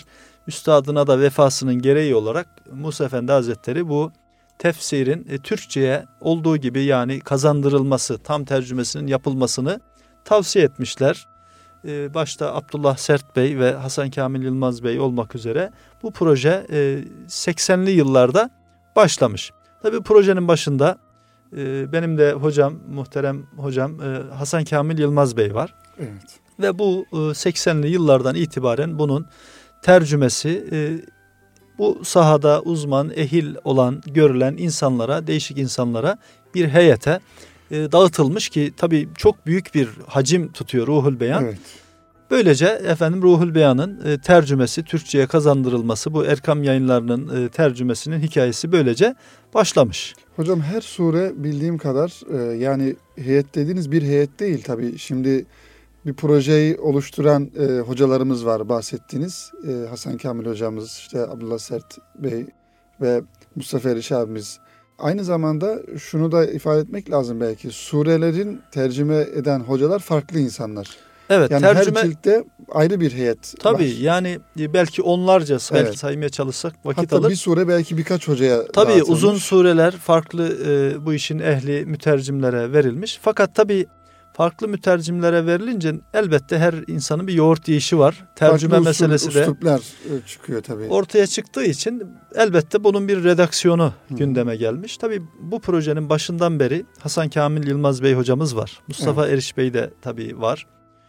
üstadına da vefasının gereği olarak Musa Efendi Hazretleri bu tefsirin Türkçe'ye olduğu gibi yani kazandırılması, tam tercümesinin yapılmasını tavsiye etmişler. Başta Abdullah Sert Bey ve Hasan Kamil Yılmaz Bey olmak üzere bu proje 80'li yıllarda başlamış. Tabii projenin başında benim de hocam, muhterem hocam Hasan Kamil Yılmaz Bey var. Evet. Ve bu 80'li yıllardan itibaren bunun tercümesi bu sahada uzman, ehil olan, görülen insanlara, değişik insanlara bir heyete dağıtılmış ki tabii çok büyük bir hacim tutuyor Ruhul Beyan. Evet. Böylece efendim Ruhul Beyan'ın tercümesi, Türkçe'ye kazandırılması, bu Erkam Yayınları'nın tercümesinin hikayesi böylece başlamış. Hocam her sure bildiğim kadar yani heyet dediğiniz bir heyet değil tabii. Şimdi bir projeyi oluşturan hocalarımız var bahsettiğiniz. Hasan Kamil hocamız, işte Abdullah Sert Bey ve Mustafa Eriş abimiz. Aynı zamanda şunu da ifade etmek lazım belki. Surelerin tercüme eden hocalar farklı insanlar. Evet, yani tercüme, her ciltte ayrı bir heyet tabii var. Yani belki onlarca belki Evet. saymaya çalışsak vakit Hatta alır. bir sure belki birkaç hocaya Tabii dağıtılmış. uzun sureler farklı bu işin ehli mütercimlere verilmiş. Fakat tabii farklı mütercimlere verilince elbette her insanın bir yoğurt yiyişi var. Tercüme farklı meselesi de üsluplar çıkıyor tabii. ortaya çıktığı için elbette bunun bir redaksiyonu gündeme gelmiş. Tabii bu projenin başından beri Hasan Kamil Yılmaz Bey hocamız var. Mustafa Eriş Bey de tabii var.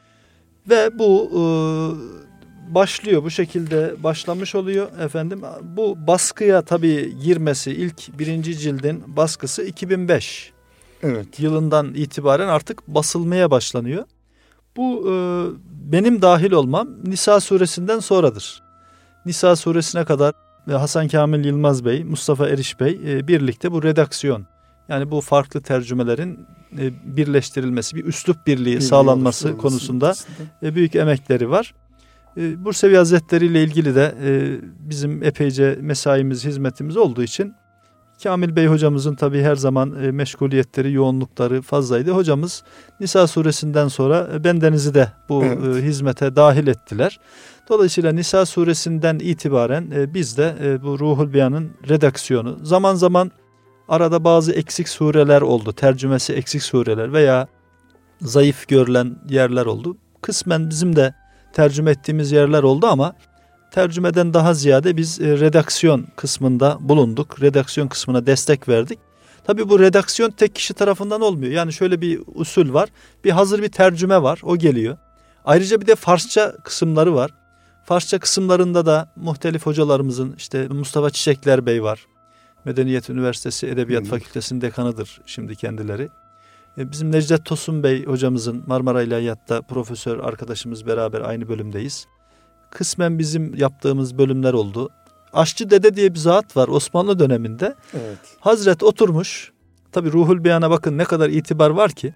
Ve bu başlıyor, bu şekilde başlamış oluyor efendim. Bu baskıya tabii girmesi, ilk birinci cildin baskısı 2005 yılından itibaren artık basılmaya başlanıyor. Bu benim dahil olmam Nisa suresinden sonradır. Nisa suresine kadar Hasan Kamil Yılmaz Bey, Mustafa Eriş Bey birlikte bu redaksiyon, yani bu farklı tercümelerin birleştirilmesi, bir üslup birliği sağlanması konusunda büyük emekleri var. Bursevi Hazretleri ile ilgili de bizim epeyce mesaimiz, hizmetimiz olduğu için Kamil Bey hocamızın tabii her zaman meşguliyetleri, yoğunlukları fazlaydı. Hocamız Nisa suresinden sonra bendenizi de bu hizmete dahil ettiler. Dolayısıyla Nisa suresinden itibaren biz de bu Ruhul Beyan'ın redaksiyonu, zaman zaman arada bazı eksik sureler oldu, tercümesi eksik sureler veya zayıf görülen yerler oldu. Kısmen bizim de tercüme ettiğimiz yerler oldu ama tercümeden daha ziyade biz redaksiyon kısmında bulunduk. Redaksiyon kısmına destek verdik. Tabii bu redaksiyon tek kişi tarafından olmuyor. Yani şöyle bir usul var. Bir hazır bir tercüme var. O geliyor. Ayrıca bir de Farsça kısımları var. Farsça kısımlarında da muhtelif hocalarımızın, işte Mustafa Çiçekler Bey var. Medeniyet Üniversitesi Edebiyat Fakültesi'nin dekanıdır şimdi kendileri. Bizim Necdet Tosun Bey hocamızın Marmara İlahiyat'ta profesör arkadaşımız, beraber aynı bölümdeyiz. Kısmen bizim yaptığımız bölümler oldu. Aşçı Dede diye bir zat var Osmanlı döneminde. Evet. Hazret oturmuş. Tabii Ruhul Beyan'a bakın ne kadar itibar var ki.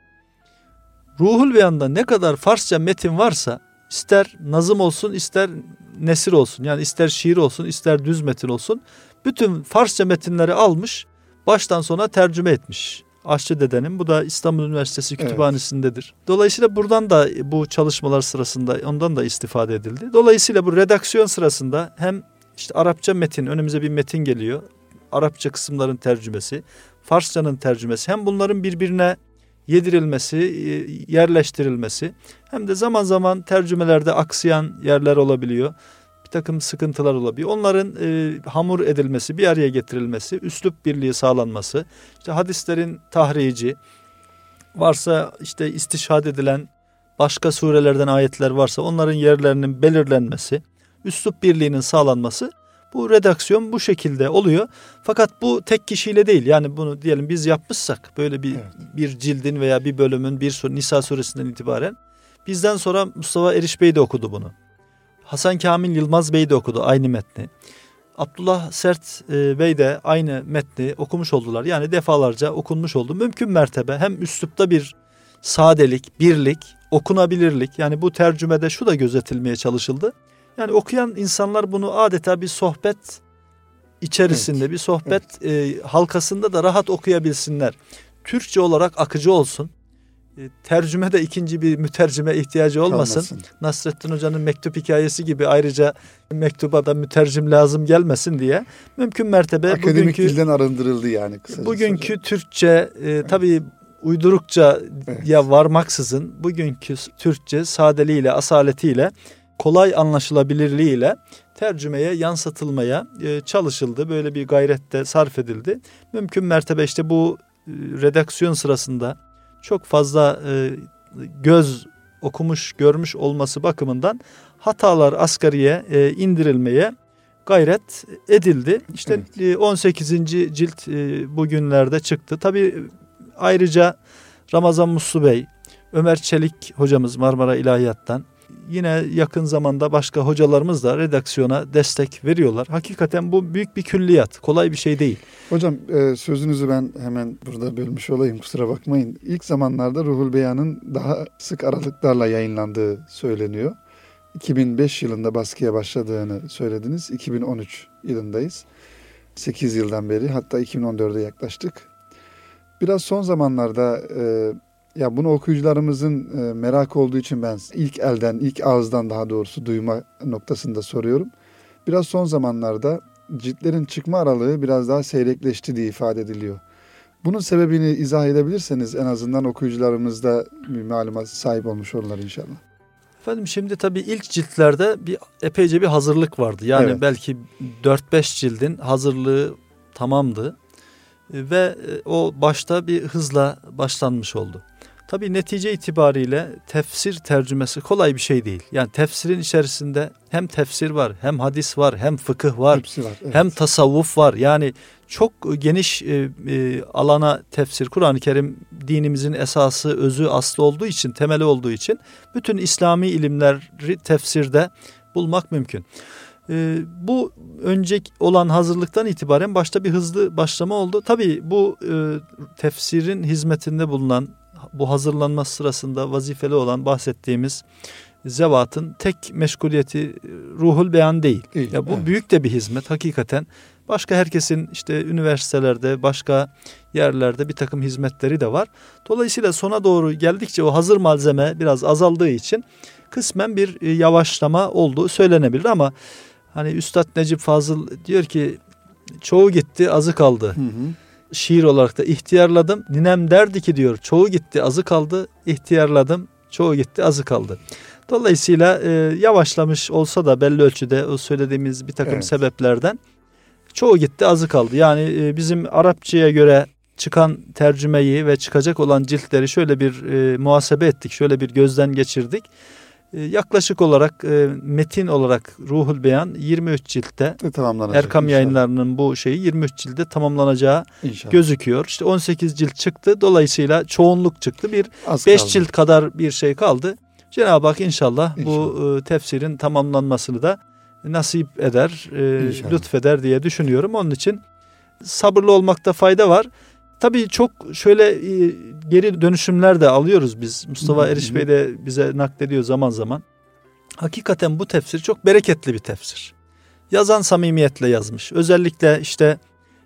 Ruhul Beyan'da ne kadar Farsça metin varsa, ister nazım olsun, ister nesir olsun, yani ister şiir olsun, ister düz metin olsun, bütün Farsça metinleri almış, baştan sona tercüme etmiş. Aşçı Dede'nin, bu da İstanbul Üniversitesi Kütüphanesi'ndedir. Dolayısıyla buradan da bu çalışmalar sırasında ondan da istifade edildi. Dolayısıyla bu redaksiyon sırasında hem işte Arapça metin, önümüze bir metin geliyor. Arapça kısımların tercümesi, Farsçanın tercümesi, hem bunların birbirine yedirilmesi, yerleştirilmesi, hem de zaman zaman tercümelerde aksayan yerler olabiliyor. Bir takım sıkıntılar olabiliyor. Onların hamur edilmesi, bir araya getirilmesi, üslup birliği sağlanması, işte hadislerin tahrici, varsa işte istişhad edilen başka surelerden ayetler varsa onların yerlerinin belirlenmesi, üslup birliğinin sağlanması, bu redaksiyon bu şekilde oluyor. Fakat bu tek kişiyle değil. Yani bunu diyelim biz yapmışsak böyle bir cildin veya bir bölümün, Nisa suresinden itibaren, bizden sonra Mustafa Eriş Bey de okudu bunu. Hasan Kamil Yılmaz Bey de okudu aynı metni. Abdullah Sert Bey de aynı metni okumuş oldular. Yani defalarca okunmuş oldu. Mümkün mertebe hem üslupta bir sadelik, birlik, okunabilirlik. Yani bu tercümede şu da gözetilmeye çalışıldı. Yani okuyan insanlar bunu adeta bir sohbet içerisinde, bir sohbet halkasında da rahat okuyabilsinler. Türkçe olarak akıcı olsun. tercüme de ikinci bir mütercime ihtiyacı olmasın. Kalmasın. Nasrettin Hoca'nın mektup hikayesi gibi ayrıca mektuba da mütercim lazım gelmesin diye mümkün mertebe akademik dilden arındırıldı yani kısacası. Bugünkü Türkçe tabii uydurukça ya varmaksızın bugünkü Türkçe sadeliğiyle, asaletiyle, kolay anlaşılabilirliğiyle tercümeye yansıtılmaya çalışıldı. Böyle bir gayrette sarf edildi. Mümkün mertebe işte bu redaksiyon sırasında çok fazla göz okumuş, görmüş olması bakımından hatalar asgariye indirilmeye gayret edildi. İşte evet. 18. cilt bugünlerde çıktı. Tabii ayrıca Ramazan Muslu Bey, Ömer Çelik hocamız Marmara İlahiyat'tan, yine yakın zamanda başka hocalarımız da redaksiyona destek veriyorlar. Hakikaten bu büyük bir külliyat. Kolay bir şey değil. Hocam sözünüzü ben hemen burada bölmüş olayım, kusura bakmayın. İlk zamanlarda Ruhul Beyan'ın daha sık aralıklarla yayınlandığı söyleniyor. 2005 yılında baskıya başladığını söylediniz. 2013 yılındayız. 8 yıldan beri, hatta 2014'e yaklaştık. Biraz son zamanlarda ya bunu okuyucularımızın merak olduğu için ben ilk elden, ilk ağızdan daha doğrusu duyma noktasında soruyorum. Biraz son zamanlarda ciltlerin çıkma aralığı biraz daha seyrekleşti diye ifade ediliyor. Bunun sebebini izah edebilirseniz en azından okuyucularımız da bir malumat sahip olmuş olurlar inşallah. Efendim şimdi tabii ilk ciltlerde epeyce bir hazırlık vardı. Yani evet. Belki 4-5 cildin hazırlığı tamamdı. Ve o başta bir hızla başlanmış oldu. Tabii netice itibariyle tefsir tercümesi kolay bir şey değil. Yani tefsirin içerisinde hem tefsir var, hem hadis var, hem fıkıh var, var evet. Hem tasavvuf var. Yani çok geniş alana tefsir, Kur'an-ı Kerim dinimizin esası, özü, aslı olduğu için, temeli olduğu için bütün İslami ilimleri tefsirde bulmak mümkün. Bu önceki olan hazırlıktan itibaren başta bir hızlı başlama oldu. Tabii bu tefsirin hizmetinde bulunan, bu hazırlanma sırasında vazifeli olan bahsettiğimiz zevatın tek meşguliyeti Ruhul Beyan değil. Ya bu evet. Büyük de bir hizmet hakikaten. Başka herkesin işte üniversitelerde, başka yerlerde bir takım hizmetleri de var. Dolayısıyla sona doğru geldikçe o hazır malzeme biraz azaldığı için kısmen bir yavaşlama olduğu söylenebilir ama hani Üstad Necip Fazıl diyor ki çoğu gitti azı kaldı. Hı hı. Şiir olarak da ihtiyarladım. Ninem derdi ki diyor çoğu gitti azı kaldı. İhtiyarladım çoğu gitti azı kaldı. Dolayısıyla yavaşlamış olsa da belli ölçüde o söylediğimiz bir takım evet. sebeplerden çoğu gitti azı kaldı. Yani bizim Arapçaya göre çıkan tercümeyi ve çıkacak olan ciltleri şöyle bir muhasebe ettik. Şöyle bir gözden geçirdik. Yaklaşık olarak metin olarak Ruhul Beyan 23 ciltte Erkam Yayınları'nın bu şeyi 23 ciltte tamamlanacağı inşallah. Gözüküyor. İşte 18 cilt çıktı. Dolayısıyla çoğunluk çıktı. 5 cilt kadar bir şey kaldı. Cenab-ı Hak inşallah bu tefsirin tamamlanmasını da nasip eder, lütfeder diye düşünüyorum. Onun için sabırlı olmakta fayda var. Tabii çok şöyle geri dönüşümler de alıyoruz biz. Mustafa Eriş Bey de bize naklediyor zaman zaman. Hakikaten bu tefsir çok bereketli bir tefsir. Yazan samimiyetle yazmış. Özellikle işte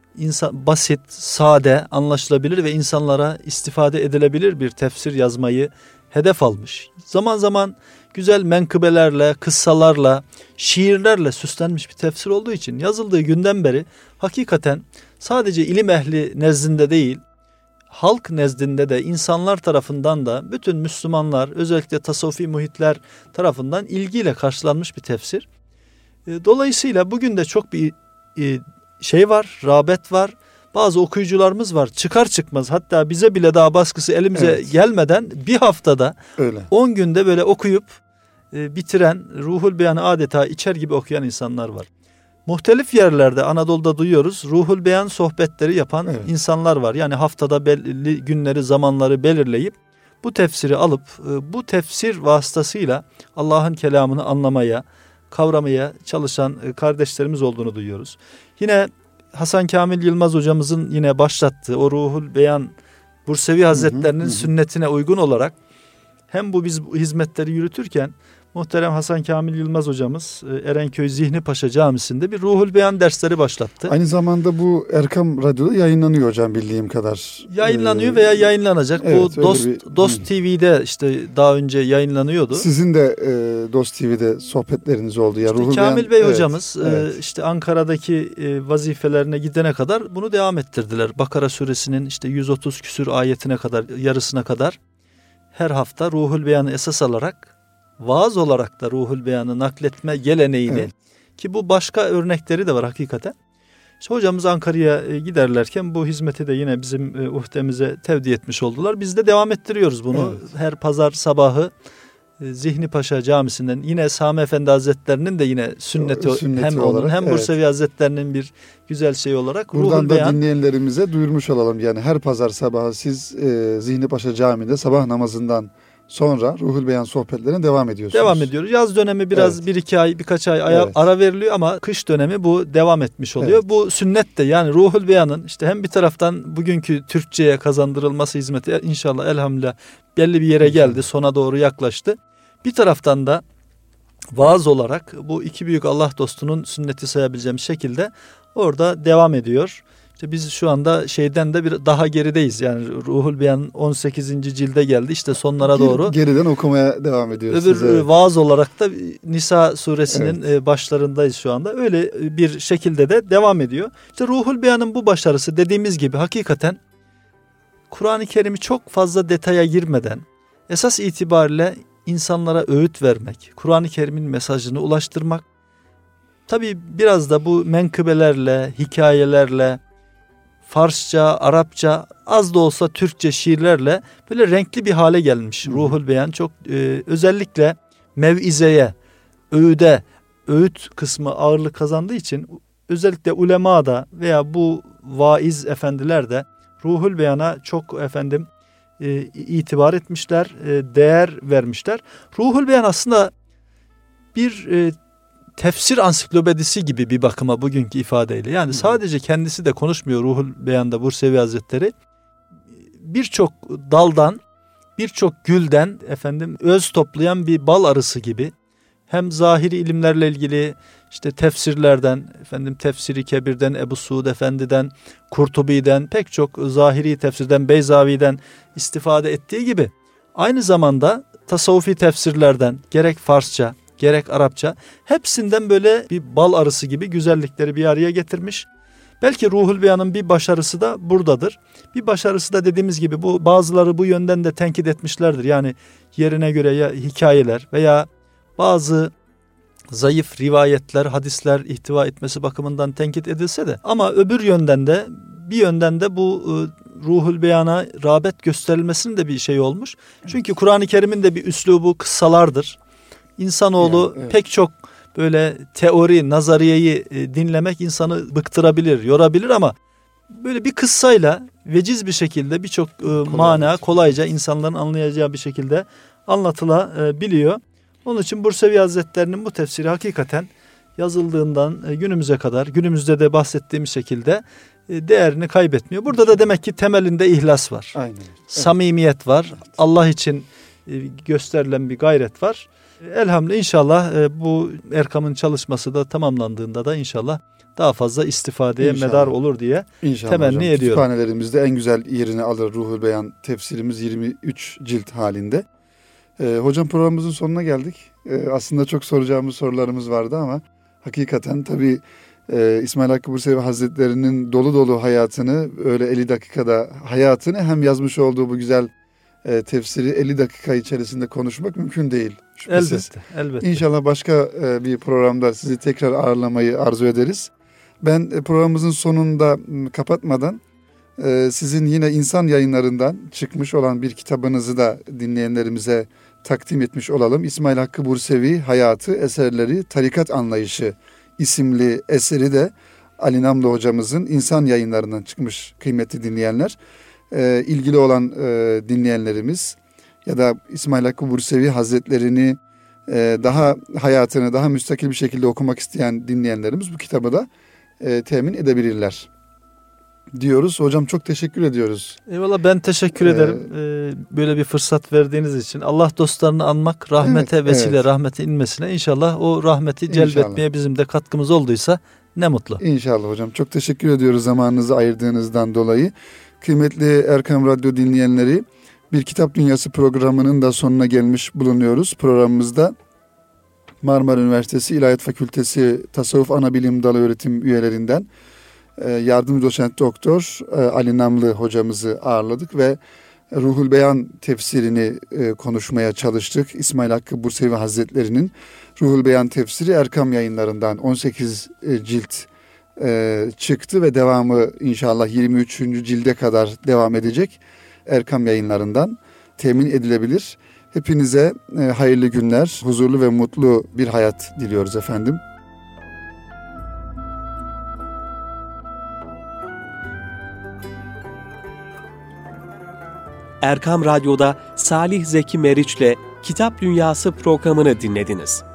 basit, sade, anlaşılabilir ve insanlara istifade edilebilir bir tefsir yazmayı hedef almış. Zaman zaman güzel menkıbelerle, kıssalarla, şiirlerle süslenmiş bir tefsir olduğu için yazıldığı günden beri hakikaten sadece ilim ehli nezdinde değil, halk nezdinde de insanlar tarafından da bütün Müslümanlar, özellikle tasavvufi muhitler tarafından ilgiyle karşılanmış bir tefsir. Dolayısıyla bugün de çok bir şey var, rağbet var. Bazı okuyucularımız var çıkar çıkmaz, hatta bize bile daha baskısı elimize gelmeden bir haftada öyle. 10 günde böyle okuyup bitiren, Ruhul Beyan'ı adeta içer gibi okuyan insanlar var. Muhtelif yerlerde Anadolu'da duyuyoruz, Ruhul Beyan sohbetleri yapan insanlar var. Yani haftada belli günleri, zamanları belirleyip bu tefsiri alıp bu tefsir vasıtasıyla Allah'ın kelamını anlamaya, kavramaya çalışan kardeşlerimiz olduğunu duyuyoruz. Yine Hasan Kamil Yılmaz hocamızın yine başlattığı o Ruhul Beyan Bursevi Hazretlerinin sünnetine uygun olarak hem biz bu hizmetleri yürütürken muhterem Hasan Kamil Yılmaz hocamız Erenköy Zihni Paşa Camisi'nde bir Ruhul Beyan dersleri başlattı. Aynı zamanda bu Erkam Radyo'da yayınlanıyor hocam bildiğim kadar. Yayınlanıyor veya yayınlanacak. Evet, bu Dost TV'de işte daha önce yayınlanıyordu. Sizin de Dost TV'de sohbetleriniz oldu ya. İşte Kamil Bey hocamız işte Ankara'daki vazifelerine gidene kadar bunu devam ettirdiler. Bakara suresinin işte 130 küsür ayetine kadar, yarısına kadar her hafta Ruhul Beyan'ı esas alarak, vaaz olarak da Ruhul Beyan'ı nakletme geleneğini, ki bu başka örnekleri de var hakikaten. İşte hocamız Ankara'ya giderlerken bu hizmeti de yine bizim uhdemize tevdi etmiş oldular. Biz de devam ettiriyoruz bunu. Her pazar sabahı Zihni Paşa Camisi'nden, yine Sami Efendi Hazretleri'nin de yine sünneti hem olarak, onun hem Bursevi Hazretleri'nin bir güzel şey olarak. Buradan Ruhul da Beyan, dinleyenlerimize duyurmuş olalım. Yani her pazar sabahı siz Zihni Paşa Camii'nde sabah namazından sonra Ruhul Beyan sohbetlerine devam ediyorsunuz. Devam ediyoruz. Yaz dönemi biraz bir iki ay, birkaç ay ara veriliyor ama kış dönemi bu devam etmiş oluyor. Bu sünnet de, yani Ruhul Beyan'ın işte hem bir taraftan bugünkü Türkçe'ye kazandırılması hizmeti inşallah elhamdülillah belli bir yere geldi. Sona doğru yaklaştı. Bir taraftan da vaaz olarak bu iki büyük Allah dostunun sünneti sayabileceğim şekilde orada devam ediyor. İşte biz şu anda şeyden de bir daha gerideyiz. Yani Ruhul Beyan 18. cilde geldi. İşte sonlara doğru. Geriden okumaya devam ediyoruz. Öbür vaaz olarak da Nisa suresinin başlarındayız şu anda. Öyle bir şekilde de devam ediyor. İşte Ruhul Beyan'ın bu başarısı dediğimiz gibi hakikaten Kur'an-ı Kerim'i çok fazla detaya girmeden esas itibariyle insanlara öğüt vermek, Kur'an-ı Kerim'in mesajını ulaştırmak. Tabii biraz da bu menkıbelerle, hikayelerle, Farsça, Arapça, az da olsa Türkçe şiirlerle böyle renkli bir hale gelmiş. Ruhul Beyan çok özellikle mevizeye, öğüt kısmı ağırlık kazandığı için özellikle ulemada veya bu vaiz efendiler de Ruhul Beyan'a çok itibar etmişler, değer vermişler. Ruhul Beyan aslında bir tefsir ansiklopedisi gibi bir bakıma bugünkü ifadeyle. Yani sadece kendisi de konuşmuyor Ruhul Beyan'da Bursevi Hazretleri. Birçok daldan, birçok gülden öz toplayan bir bal arısı gibi. Hem zahiri ilimlerle ilgili işte tefsirlerden, Tefsiri Kebir'den, Ebu Suud Efendi'den, Kurtubi'den, pek çok zahiri tefsirden, Beyzavi'den istifade ettiği gibi aynı zamanda tasavvufi tefsirlerden gerek Farsça, gerek Arapça hepsinden böyle bir bal arısı gibi güzellikleri bir araya getirmiş. Belki Ruhul Beyan'ın bir başarısı da buradadır. Bir başarısı da dediğimiz gibi bu bazıları bu yönden de tenkit etmişlerdir. Yani yerine göre ya hikayeler veya bazı zayıf rivayetler, hadisler ihtiva etmesi bakımından tenkit edilse de ama öbür yönden de bir yönden de bu Ruhul Beyan'a rağbet gösterilmesinin de bir şey olmuş. Çünkü Kur'an-ı Kerim'in de bir üslubu kıssalardır. İnsanoğlu pek çok böyle teori, nazariyeyi dinlemek insanı bıktırabilir, yorabilir ama böyle bir kıssayla veciz bir şekilde birçok mana kolayca insanların anlayacağı bir şekilde anlatılabiliyor. Onun için Bursevi Hazretleri'nin bu tefsiri hakikaten yazıldığından günümüze kadar, günümüzde de bahsettiğim şekilde değerini kaybetmiyor. Burada da demek ki temelinde ihlas var. Aynen. Samimiyet var. Evet. Allah için gösterilen bir gayret var. Elhamdülillah inşallah bu Erkam'ın çalışması da tamamlandığında da inşallah daha fazla istifadeye medar olur diye temenni ediyorum. Kütüphanelerimizde en güzel yerini alır Ruhul Beyan tefsirimiz 23 cilt halinde. Hocam programımızın sonuna geldik. Aslında çok soracağımız sorularımız vardı ama hakikaten tabii İsmail Hakkı Bursevi Hazretleri'nin dolu dolu hayatını öyle 50 dakikada hayatını hem yazmış olduğu bu güzel tefsiri 50 dakika içerisinde konuşmak mümkün değil. Şüphesiz. Elbette. İnşallah başka bir programda sizi tekrar ağırlamayı arzu ederiz. Ben programımızın sonunda kapatmadan sizin yine İnsan Yayınları'ndan çıkmış olan bir kitabınızı da dinleyenlerimize takdim etmiş olalım. İsmail Hakkı Bursevi Hayatı, Eserleri, Tarikat Anlayışı isimli eseri de Ali Namlı hocamızın İnsan Yayınları'ndan çıkmış kıymetli dinleyenler. İlgili olan dinleyenlerimiz ya da İsmail Hakkı Bursevi Hazretleri'ni daha hayatını daha müstakil bir şekilde okumak isteyen dinleyenlerimiz bu kitabı da temin edebilirler. diyoruz. Hocam çok teşekkür ediyoruz. Eyvallah, ben teşekkür ederim. Böyle bir fırsat verdiğiniz için. Allah dostlarını anmak rahmete vesile, rahmete inmesine, inşallah o rahmeti celbetmeye bizim de katkımız olduysa ne mutlu. İnşallah hocam. Çok teşekkür ediyoruz zamanınızı ayırdığınızdan dolayı. Kıymetli Erkam Radyo dinleyenleri, Bir Kitap Dünyası programının da sonuna gelmiş bulunuyoruz. Programımızda Marmara Üniversitesi İlahiyat Fakültesi Tasavvuf Anabilim Dalı öğretim üyelerinden yardımcı doçent doktor Ali Namlı hocamızı ağırladık ve Ruhul Beyan tefsirini konuşmaya çalıştık. İsmail Hakkı Bursevi Hazretleri'nin Ruhul Beyan tefsiri Erkam Yayınlarından 18 cilt çıktı ve devamı inşallah 23. cilde kadar devam edecek. Erkam Yayınlarından temin edilebilir. Hepinize hayırlı günler, huzurlu ve mutlu bir hayat diliyoruz efendim. Erkam Radyo'da Salih Zeki Meriç'le Kitap Dünyası programını dinlediniz.